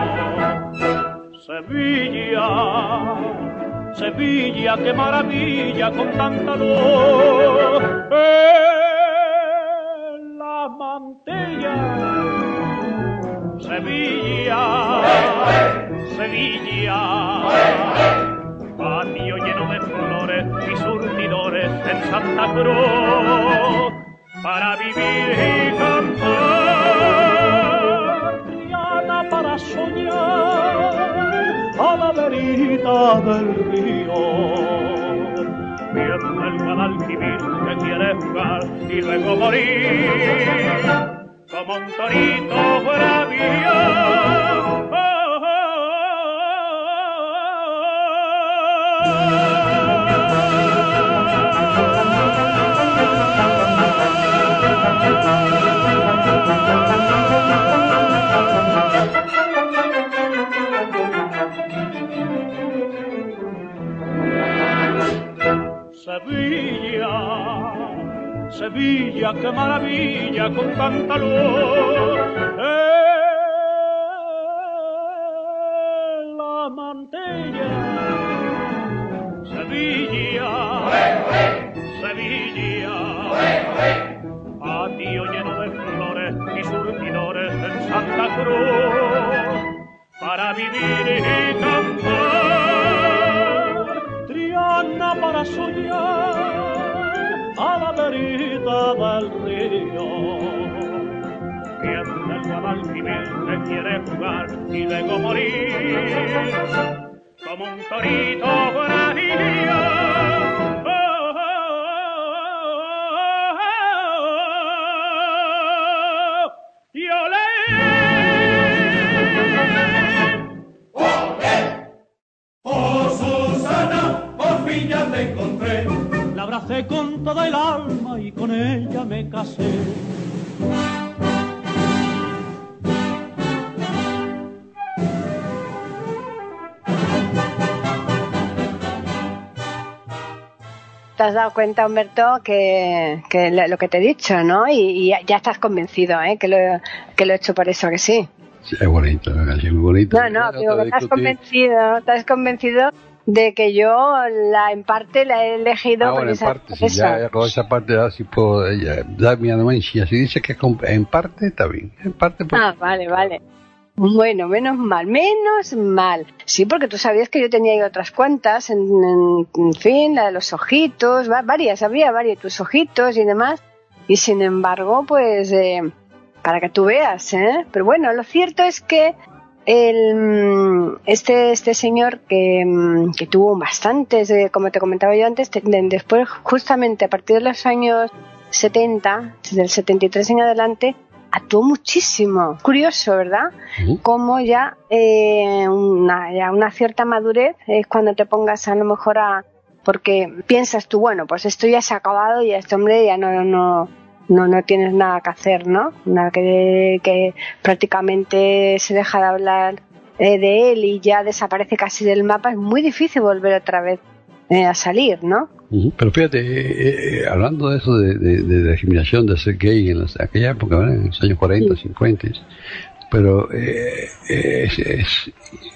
Sevilla, Sevilla, qué maravilla con tanta luz. En la mantilla, Sevilla, Sevilla, patio lleno de flores y surtidores en Santa Cruz para vivir y cantar. Triana para soñar a la verita del río, viendo el Guadalquivir que quiere jugar y luego morir como un torito bravía. Sevilla, Sevilla, qué maravilla con tanta luz. En la mantilla, Sevilla, Sevilla, patio lleno de flores y surtidores en Santa Cruz para vivir y cantar. Triana para soñar a la verita del río, viendo el Guadalquivir que quiere jugar y luego morir como un torito bravía. La abracé con toda el alma y con ella me casé. Te has dado cuenta, Humberto, que, que lo que te he dicho, ¿no? Y, y ya estás convencido, ¿eh? Que lo, que lo he hecho por eso, que sí. Sí, es bonito, es una canción muy bonita. No, no, digo que estás convencido, estás convencido de que yo la en parte la he elegido. Ah, bueno, en parte, sí, ya, ya con esa parte ya sí puedo ya, dar mi anuencia. Si dice que es en parte, está bien. En parte, pues, ah, vale, vale. Bueno, menos mal, menos mal. Sí, porque tú sabías que yo tenía ahí otras cuantas, en, en, en fin, la de los ojitos, varias, había varias, tus ojitos y demás. Y sin embargo, pues, eh, para que tú veas, ¿eh? Pero bueno, lo cierto es que el, este, este señor que, que tuvo bastantes, eh, como te comentaba yo antes, te, después justamente a partir de los años setenta, del setenta y tres en adelante, actuó muchísimo. Curioso, ¿verdad? Uh-huh. Como ya, eh, una, ya una cierta madurez es cuando te pongas a lo mejor a... Porque piensas tú, bueno, pues esto ya se ha acabado y a este hombre ya no... no No, no tienes nada que hacer, ¿no? Nada que, que prácticamente se deja de hablar eh, de él y ya desaparece casi del mapa. Es muy difícil volver otra vez eh, a salir, ¿no? Uh-huh. Pero fíjate, eh, eh, hablando de eso de, de, de discriminación de ser gay en las, aquella época, ¿verdad? En los años cuarenta, sí. cincuenta, pero eh, es, es,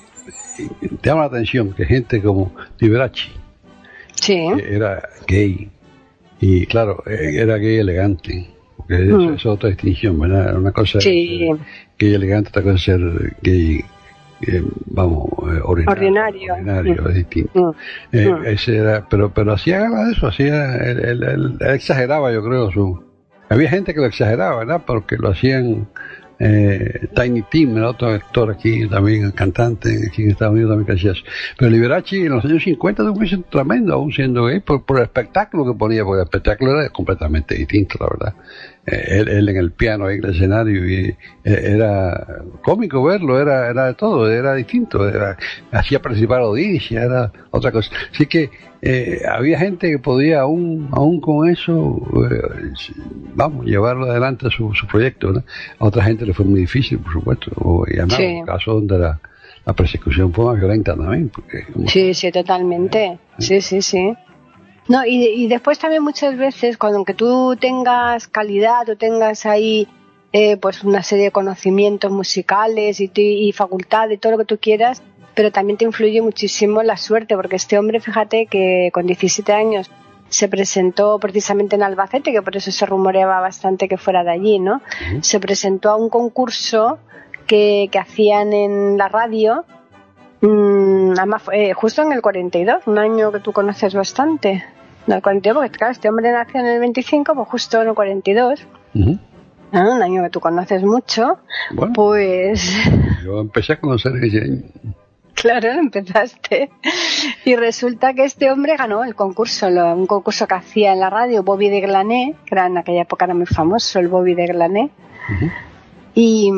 te llama la atención que gente como Liberace, sí, era gay. Y claro, era gay elegante, porque mm. eso es otra distinción, ¿verdad? Una cosa sí. es ser gay elegante, otra cosa es ser gay, eh, vamos, eh, ordinario. Ordinario, ordinario mm. es distinto. Mm. Eh, mm. Ese era, pero pero hacía gala de eso, hacía, él, él, él, él exageraba, yo creo, su... Había gente que lo exageraba, ¿verdad? Porque lo hacían Eh, Tiny Tim, el otro actor aquí también, cantante aquí en Estados Unidos también que hacía eso. Pero Liberace en los años cincuenta tuvo un éxito tremendo, aún siendo gay, por, por el espectáculo que ponía, porque el espectáculo era completamente distinto, la verdad. Eh, él, él en el piano, ahí en el escenario, y, eh, era cómico verlo, era, era de todo, era distinto, era, hacía participar a la audiencia, era otra cosa. Así que eh, había gente que podía aún, aún con eso, eh, vamos, llevarlo adelante a su, su proyecto, ¿no? A otra gente le fue muy difícil, por supuesto, o, y además, sí. Un caso donde la, la persecución fue más violenta también. Porque, sí, sí, totalmente, eh, sí, sí, sí. No, y, y después también muchas veces, cuando aunque tú tengas calidad o tengas ahí eh, pues una serie de conocimientos musicales y, y facultad de todo lo que tú quieras, pero también te influye muchísimo la suerte, porque este hombre, fíjate que con diecisiete años se presentó precisamente en Albacete, que por eso se rumoreaba bastante que fuera de allí, ¿no? Uh-huh. Se presentó a un concurso que, que hacían en la radio, mmm, además eh, justo en el cuarenta y dos, un año que tú conoces bastante. No, el cuarenta y dos, porque claro, este hombre nació en el veinticinco, pues justo en el cuarenta y dos. Uh-huh. ¿No? Un año que tú conoces mucho. Bueno, pues... yo empecé a conocer ese año. Claro, empezaste. Y resulta que este hombre ganó el concurso, lo, un concurso que hacía en la radio, Bobby de Glané, que era en aquella época era muy famoso, el Bobby de Glané. Uh-huh. Y...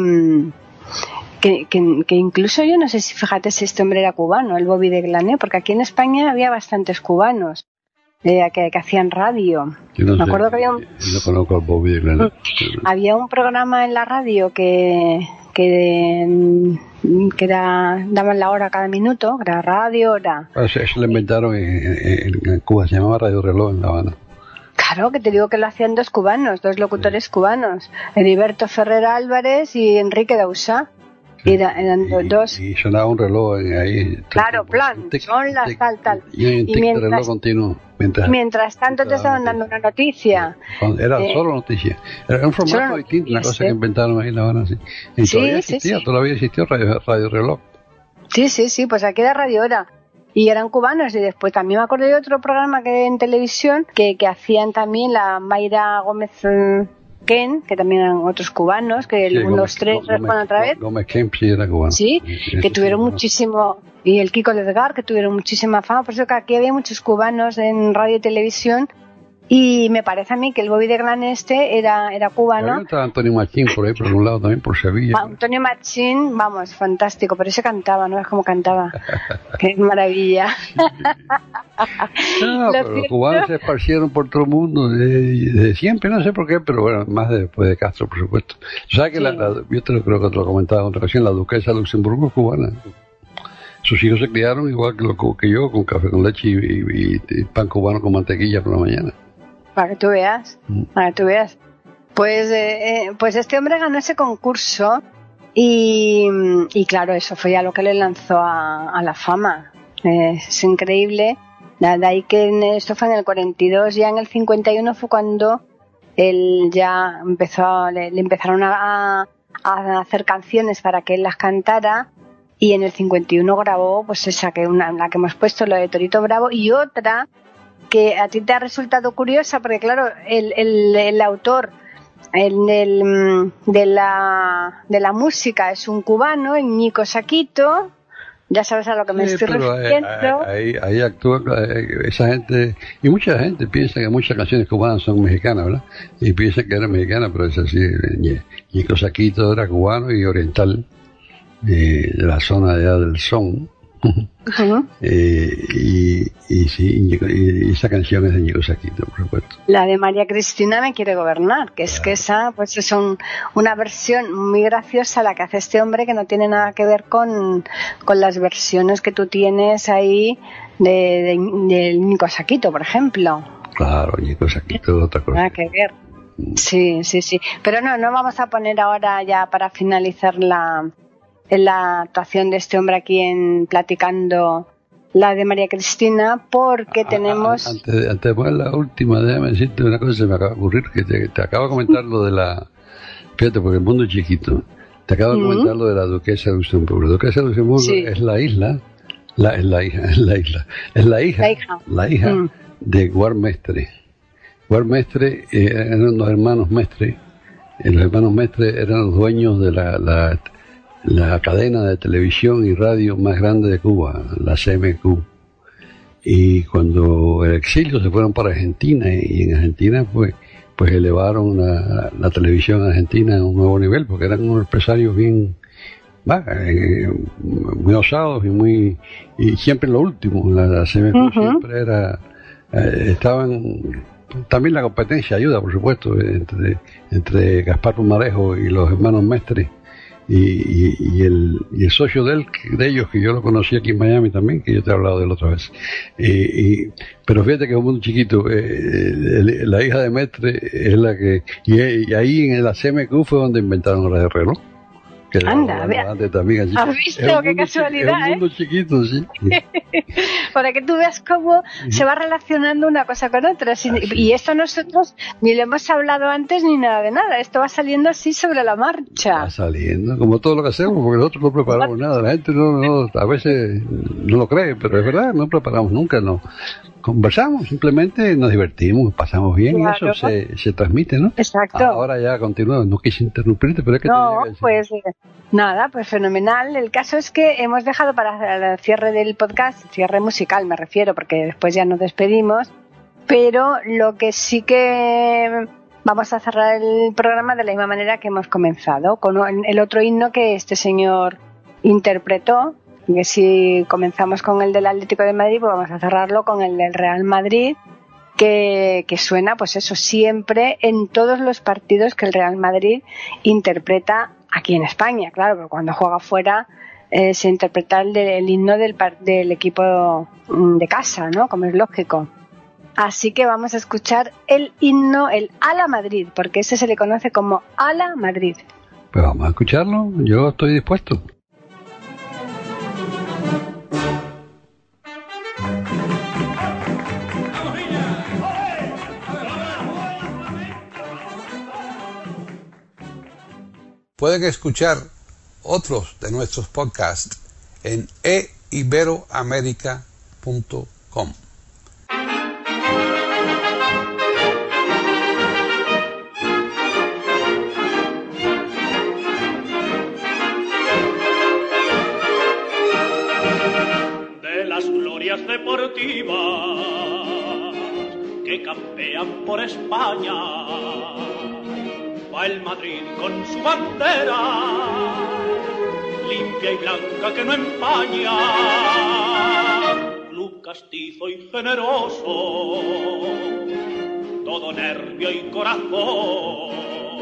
Que, que, que incluso yo no sé si, fíjate si este hombre era cubano, el Bobby de Glané, porque aquí en España había bastantes cubanos eh, que, que hacían radio. Yo no Me sé, acuerdo que había un, yo no conozco al Bobby de Glané. Había un programa en la radio que que, que era, daban la hora cada minuto, era radio, era... Eso, eso lo inventaron en, en, en Cuba, se llamaba Radio Reloj en La Habana. Claro, que te digo que lo hacían dos cubanos, dos locutores sí. cubanos, Heriberto Ferrer Álvarez y Enrique Dausá. Sí. Era, eran y, dos. Y sonaba un reloj ahí. Claro, plan, tic, son las tic, tal, tal. Y, y mientras, reloj continuo. Mientras, mientras tanto te estaban dando una noticia. Era eh, solo noticia. Era un formato distinto, una cosa sí. que inventaron ahí en La Habana. Sí, y sí, todavía sí, existía, sí. todavía existió Radio, Radio Reloj. Sí, sí, sí, pues aquí era Radio Hora. Y eran cubanos, y después también me acuerdo de otro programa que en televisión que, que hacían también la Mayra Gómez Ken, que también eran otros cubanos, que sí, el, los tres responden otra vez. Gómez Kemp sí era cubano. Sí, sí que tuvieron sí, muchísimo, y el Kiko Ledgar, que tuvieron muchísima fama, por eso que aquí había muchos cubanos en radio y televisión, y me parece a mí que el Bobby de Glané este era, era cubano. Ahí estaba Antonio Machín por ahí, por un lado también, por Sevilla. Ah, Antonio Machín, vamos, fantástico, pero ese cantaba, ¿no? Es como cantaba. Qué maravilla. No, pero los cubanos se esparcieron por todo el mundo desde de siempre, no sé por qué, pero bueno, más de, después de Castro, por supuesto. ¿Sabes que sí. la, la, yo te lo creo que te lo comentaba en otra ocasión, la duquesa de Luxemburgo es cubana? Sus hijos se criaron igual que, lo, que yo, con café con leche y, y, y pan cubano con mantequilla por la mañana. Para que tú veas, para que tú veas. Pues, eh, eh, pues este hombre ganó ese concurso y, y claro, eso fue ya lo que le lanzó a, a la fama. Eh, es increíble. De ahí que en, esto fue en el cuarenta y dos, ya en el cincuenta y uno fue cuando él ya empezó, le, le empezaron a, a hacer canciones para que él las cantara, y en el cincuenta y uno grabó pues esa que una, la que hemos puesto, lo de Torito Bravo, y otra que a ti te ha resultado curiosa, porque claro, el, el, el autor el, el, de, la, de la música es un cubano, el Nico Saquito, ya sabes a lo que me sí, estoy refiriendo. Ahí, ahí, ahí actúa esa gente, y mucha gente piensa que muchas canciones cubanas son mexicanas, ¿verdad? Y piensa que era mexicana, pero es así. Nico Saquito era cubano y oriental, eh, de la zona allá del son. Uh-huh. eh, y, y sí, y, y esa canción es de Nico Saquito, por supuesto. La de María Cristina Me Quiere Gobernar, que es claro. que esa pues es un, una versión muy graciosa la que hace este hombre, que no tiene nada que ver con, con las versiones que tú tienes ahí de, de, de Nico Saquito, por ejemplo. Claro, Nico Saquito es otra cosa. Nada que ver. Sí, sí, sí. Pero no, no vamos a poner ahora ya para finalizar la en la actuación de este hombre aquí en Platicando la de María Cristina, porque tenemos... Antes de, antes de poner la última, déjame decirte una cosa que se me acaba de ocurrir, que te, te acabo de comentar lo de la... Fíjate, porque el mundo es chiquito. Te acabo de comentar uh-huh. lo de la duquesa de Luxemburgo. La duquesa de Luxemburgo sí. es la isla, la, es la hija, es la isla, es la hija, la hija, la hija uh-huh. de Guard Mestre. Guard Mestre, eh, eran los hermanos Mestre, los hermanos Mestre eran los dueños de la, la, la cadena de televisión y radio más grande de Cuba, la C M Q. Y cuando el exilio se fueron para Argentina, y en Argentina pues pues elevaron la, la televisión argentina a un nuevo nivel, porque eran unos empresarios bien, bah, eh, muy osados y muy, y siempre lo último, la, la C M Q uh-huh. siempre era, eh, estaban, también la competencia ayuda, por supuesto, entre, entre Gaspar Pumarejo y los hermanos Mestre, y, y, y, el, y el socio de él, de ellos, que yo lo conocí aquí en Miami también, que yo te he hablado de él otra vez. Y, y, pero fíjate que es un mundo chiquito, eh, el, la hija de Mestre es la que, y, y ahí en la C M Q fue donde inventaron el reloj. Que Anda, vea. También, así. ¿Has visto? Qué casualidad, es un mundo ¿eh? chiquito, sí. Para que tú veas cómo se va relacionando una cosa con otra. Sin, y esto nosotros ni lo hemos hablado antes ni nada de nada. Esto va saliendo así sobre la marcha. Va saliendo, como todo lo que hacemos, porque nosotros no preparamos nada. La gente no, no, a veces no lo cree, pero es verdad, no preparamos nunca, no. Conversamos, simplemente nos divertimos, pasamos bien, claro. Y eso se, se transmite, ¿no? Exacto. Ahora ya continúa, no quise interrumpirte, pero es que no, te pues eh, nada, pues fenomenal. El caso es que hemos dejado para el cierre del podcast, cierre musical me refiero, porque después ya nos despedimos, pero lo que sí que vamos a cerrar el programa de la misma manera que hemos comenzado, con el otro himno que este señor interpretó. Que si comenzamos con el del Atlético de Madrid, pues vamos a cerrarlo con el del Real Madrid, que, que suena, pues eso, siempre en todos los partidos que el Real Madrid interpreta aquí en España. Claro, pero cuando juega fuera eh, se interpreta el, de, el himno del, del equipo de casa, ¿no? Como es lógico. Así que vamos a escuchar el himno, el Ala Madrid, porque ese se le conoce como Ala Madrid. Pues vamos a escucharlo, yo estoy dispuesto. Pueden escuchar otros de nuestros podcasts en e iberoamerica punto com. De las glorias deportivas que campean por España, va el Madrid con su bandera, limpia y blanca que no empaña, club castizo y generoso, todo nervio y corazón,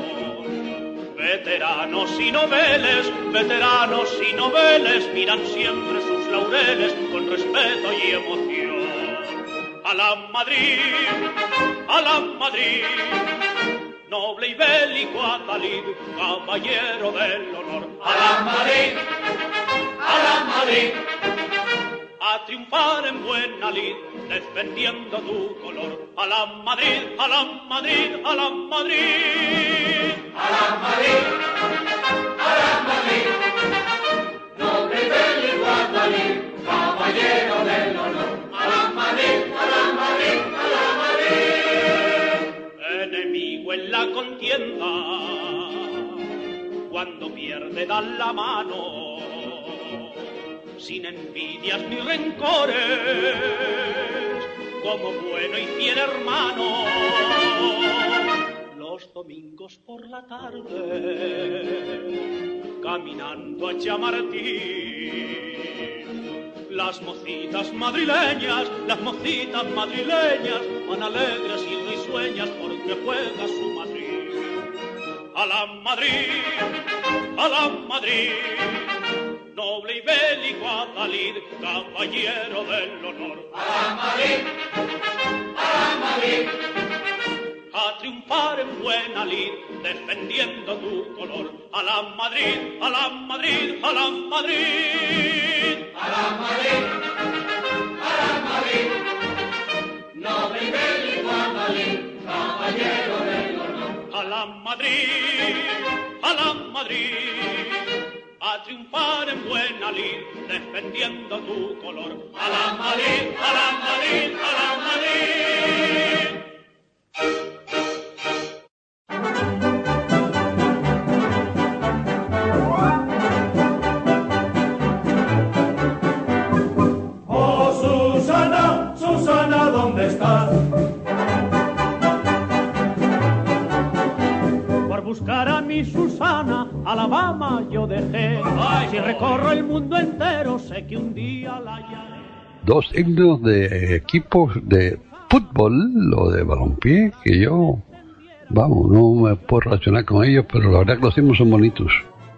veteranos y noveles, veteranos y noveles, miran siempre sus laureles con respeto y emoción. A la Madrid, a la Madrid, noble y bélico Adalid, caballero del honor. A la Madrid, a la Madrid, a triunfar en buena lid, defendiendo tu color. A la Madrid, a la Madrid, a la Madrid. A la Madrid, a la Madrid, noble y bélico Adalid, caballero del honor. A la Madrid, a la Madrid, a la Madrid. Enemigo en la contienda, cuando pierde dan la mano, sin envidias ni rencores, como bueno y fiel hermano. Los domingos por la tarde, caminando a Chamartín, las mocitas madrileñas, las mocitas madrileñas, van alegres y risueñas porque juega su Madrid. A la Madrid, a la Madrid, noble y bélico Adalid, caballero del honor. A la Madrid, a la Madrid, a triunfar en buena lid, defendiendo tu color. A la Madrid, a la Madrid, a la Madrid. A la Madrid, a la Madrid, noble y bélico Adalid, caballero del honor. A la Madrid, a la Madrid, a triunfar en buena lid, defendiendo tu color. A la Madrid, a la Madrid, a la Madrid. Susana, Alabama yo dejé. Si recorro el mundo entero, sé que un día la hallaré. Dos himnos de equipos de fútbol o de balompié que yo, vamos, no me puedo relacionar con ellos, pero la verdad que los himnos son bonitos.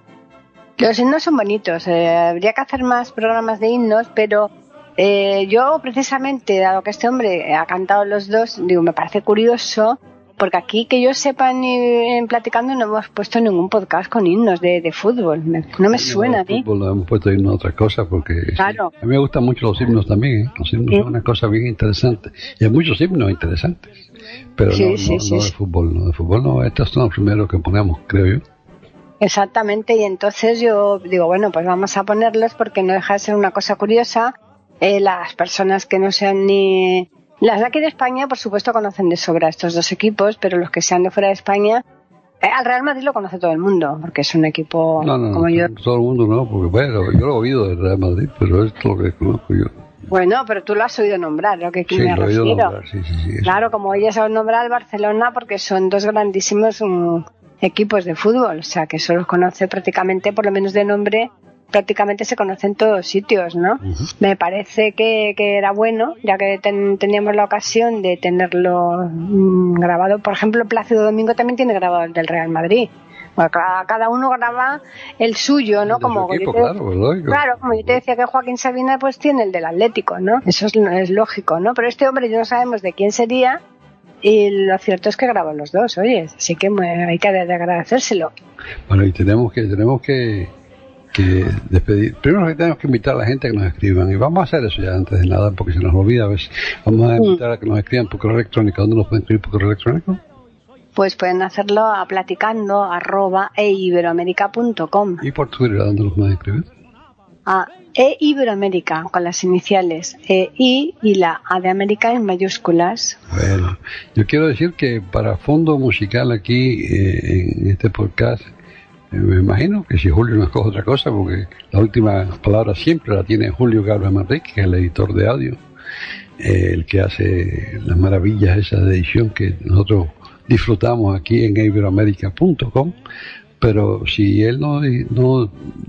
Los himnos son bonitos. Eh, habría que hacer más programas de himnos, pero eh, yo precisamente, dado que este hombre ha cantado los dos, digo, me parece curioso, porque aquí que yo sepa ni en Platicando no hemos puesto ningún podcast con himnos de, de fútbol. Me, no me suena no, a mí. Fútbol lo hemos puesto himnos a otra cosa porque claro. Sí, a mí me gustan mucho los himnos también, ¿eh? Los himnos sí. Son una cosa bien interesante. Y hay muchos himnos interesantes, pero sí, no, sí, no, sí, no sí. de fútbol, no de fútbol, no. Estos son los primeros que ponemos, creo yo. Exactamente, y entonces yo digo, bueno, pues vamos a ponerlos porque no deja de ser una cosa curiosa. Eh, las personas que no sean ni... Las de aquí de España, por supuesto, conocen de sobra estos dos equipos, pero los que sean de fuera de España, eh, al Real Madrid lo conoce todo el mundo, porque es un equipo no, no, como no, yo. Todo el mundo no, porque bueno, yo lo he oído del Real Madrid, pero es lo que conozco yo. Bueno, pero tú lo has oído nombrar, lo que sí, me lo he refiero. oído nombrar, sí, sí, sí, claro, como oyes a nombrar al Barcelona, porque son dos grandísimos um, equipos de fútbol, o sea, que eso los conoce prácticamente, por lo menos de nombre, prácticamente se conoce en todos sitios, ¿no? Uh-huh. Me parece que, que era bueno, ya que ten, teníamos la ocasión de tenerlo mmm, grabado. Por ejemplo, Plácido Domingo también tiene grabado el del Real Madrid. Bueno, cada, cada uno graba el suyo, ¿no? De como su equipo, te, claro, ¿verdad? Claro, como yo te decía que Joaquín Sabina pues tiene el del Atlético, ¿no? Eso es, es lógico, ¿no? Pero este hombre ya no sabemos de quién sería. Y lo cierto es que graban los dos, oye, así que hay que agradecérselo. Bueno, y tenemos que tenemos que, que despedir. Primero que tenemos que invitar a la gente a que nos escriban, y vamos a hacer eso ya antes de nada, porque se nos olvida a veces. Vamos a invitar mm. a que nos escriban por correo electrónico. ¿Dónde nos pueden escribir por correo electrónico? Pues pueden hacerlo a platicando arroba e iberoamerica punto com. ¿Y por Twitter a dónde nos pueden escribir? A E Iberoamérica, con las iniciales E I y la A de América en mayúsculas. Bueno, yo quiero decir que para fondo musical aquí eh, en este podcast, eh, me imagino que si Julio nos coge otra cosa, porque la última palabra siempre la tiene Julio Galvez Manrique, que es el editor de audio, eh, el que hace las maravillas esas de edición que nosotros disfrutamos aquí en e iberoamerica punto com. Pero si él no, no uh,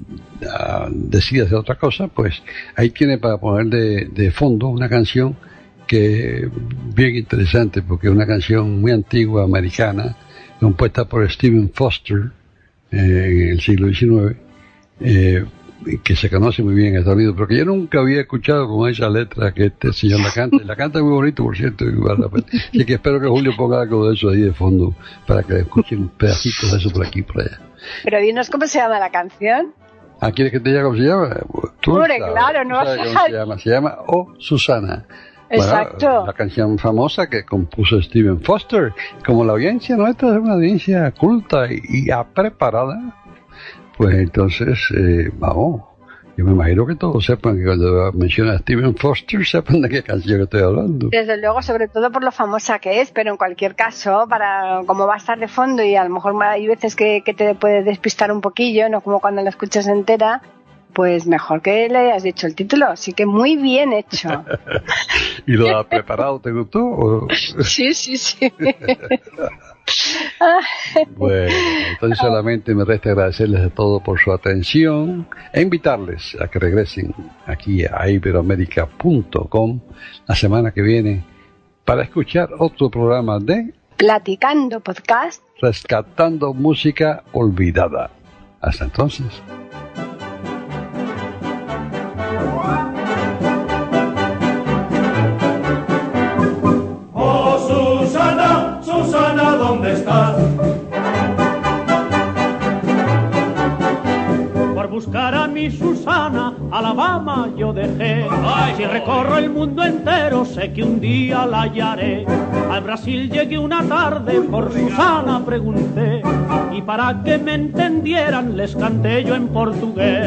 decide hacer otra cosa, pues ahí tiene para poner de, de fondo una canción que es bien interesante, porque es una canción muy antigua, americana, compuesta por Stephen Foster eh, en el siglo diecinueve, eh, que se conoce muy bien en Estados Unidos, pero que yo nunca había escuchado con esa letra que este señor la canta, y la canta muy bonito, por cierto, así que espero que Julio ponga algo de eso ahí de fondo, para que escuchen pedacitos de eso por aquí y por allá. Pero dinos cómo se llama la canción. ¿Ah, quieres que te diga cómo se llama? ¿Tú Hombre, sabes, claro, no vas a... ¿Cómo se llama? Se llama Oh Susana. Exacto. Bueno, la canción famosa que compuso Stephen Foster. Como la audiencia nuestra es una audiencia culta y, y preparada, pues entonces, eh, vamos, yo me imagino que todos sepan que cuando menciona a Stephen Foster, sepan de qué canción estoy hablando. Desde luego, sobre todo por lo famosa que es, pero en cualquier caso, para como va a estar de fondo y a lo mejor hay veces que, que te puede despistar un poquillo, no como cuando la escuchas entera, pues mejor que le hayas dicho el título, así que muy bien hecho. ¿Y lo has preparado? ¿Te gustó? ¿O? Sí, sí, sí. Bueno, entonces solamente me resta agradecerles a todos por su atención e invitarles a que regresen aquí a iberoamerica punto com la semana que viene para escuchar otro programa de Platicando Podcast, rescatando música olvidada. Hasta entonces. Susana, ¿dónde estás? Por buscar a mi Susana, Alabama yo dejé. Ay, si recorro el mundo entero, sé que un día la hallaré. Al Brasil llegué una tarde, por Susana pregunté, y para que me entendieran les canté yo en portugués.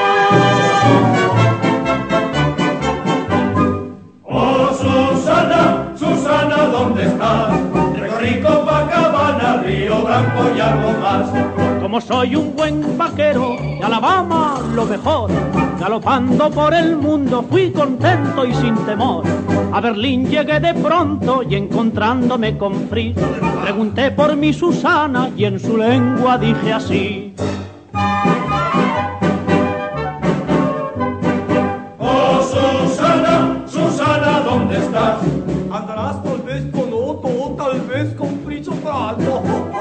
Oh Susana, Susana, ¿dónde estás? Recorrí Copacabana, Río Blanco y algo más. Como soy un buen vaquero, de Alabama lo mejor, galopando por el mundo fui contento y sin temor. A Berlín llegué de pronto y encontrándome con Fritz, pregunté por mi Susana y en su lengua dije así. Oh, Susana, Susana, ¿dónde estás? Andarás tal vez con Otto o tal vez con Fritz o Franco.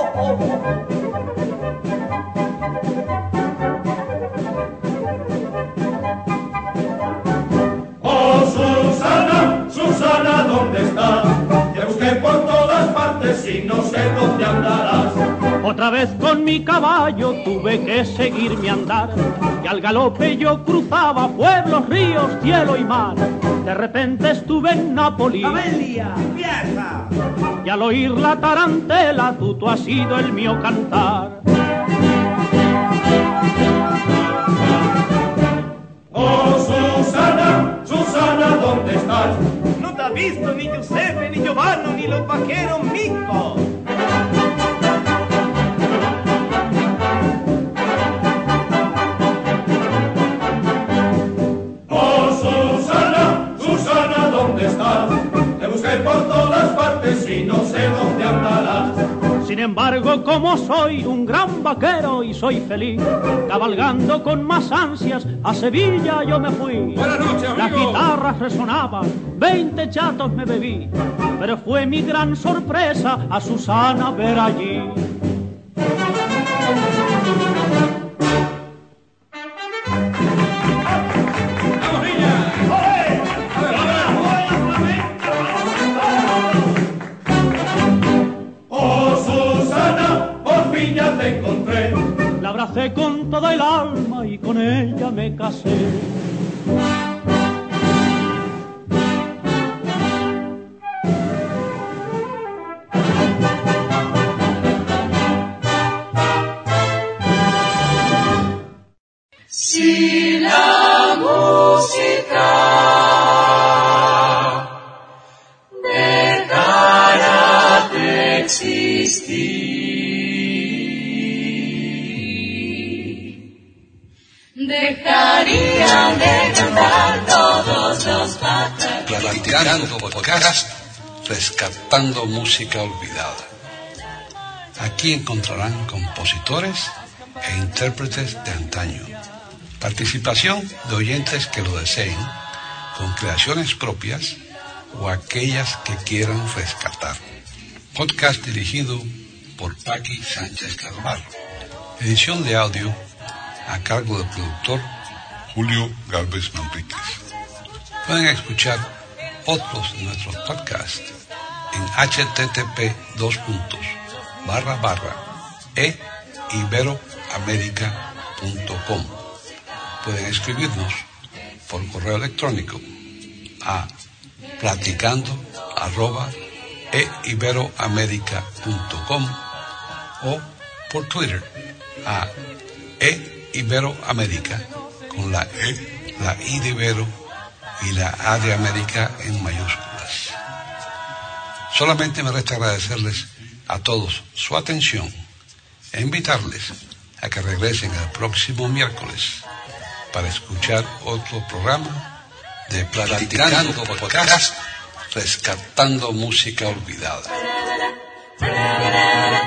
Oh, Susana, Susana, ¿dónde estás? Te busqué por todas partes y no sé dónde andarás. Otra vez con mi caballo tuve que seguir mi andar, y al galope yo cruzaba pueblos, ríos, cielo y mar. De repente estuve en Nápoles, ¡Amelia, pieza! y al oír la tarantela tú, tú has sido el mío cantar. Oh, Susana, Susana, ¿dónde estás? No te ha visto ni Giuseppe, ni Giovanni, ni los vaqueros micos. Oh, Susana, Susana, ¿dónde estás? Te busqué por todas partes y no sé dónde andarás. Sin embargo, como soy un gran vaquero y soy feliz, cabalgando con más ansias a Sevilla yo me fui. Buenas noches, amigo. Las guitarras resonaban, veinte chatos me bebí, pero fue mi gran sorpresa a Susana ver allí. ¡Vamos, niña! Oh, Susana, por fin ya te encontré. La abracé con toda el alma y con ella me casé. Si la música dejara de existir, dejarían de cantar todos los pájaros. Platicando podcast, rescatando música olvidada. Aquí encontrarán compositores e intérpretes de antaño. Participación de oyentes que lo deseen, con creaciones propias o aquellas que quieran rescatar. Podcast dirigido por Paqui Sánchez Carvalho. Edición de audio a cargo del productor Julio Galvez Manríquez. Pueden escuchar otros de nuestros podcasts en http dos puntos barra barra e iberoamerica punto com. Pueden escribirnos por correo electrónico a platicando arroba e iberoamerica punto com o por Twitter a e iberoamerica con la E, la I de Ibero y la A de América en mayúsculas. Solamente me resta agradecerles a todos su atención e invitarles a que regresen el próximo miércoles para escuchar otro programa de Platicando Podcast, rescatando música olvidada.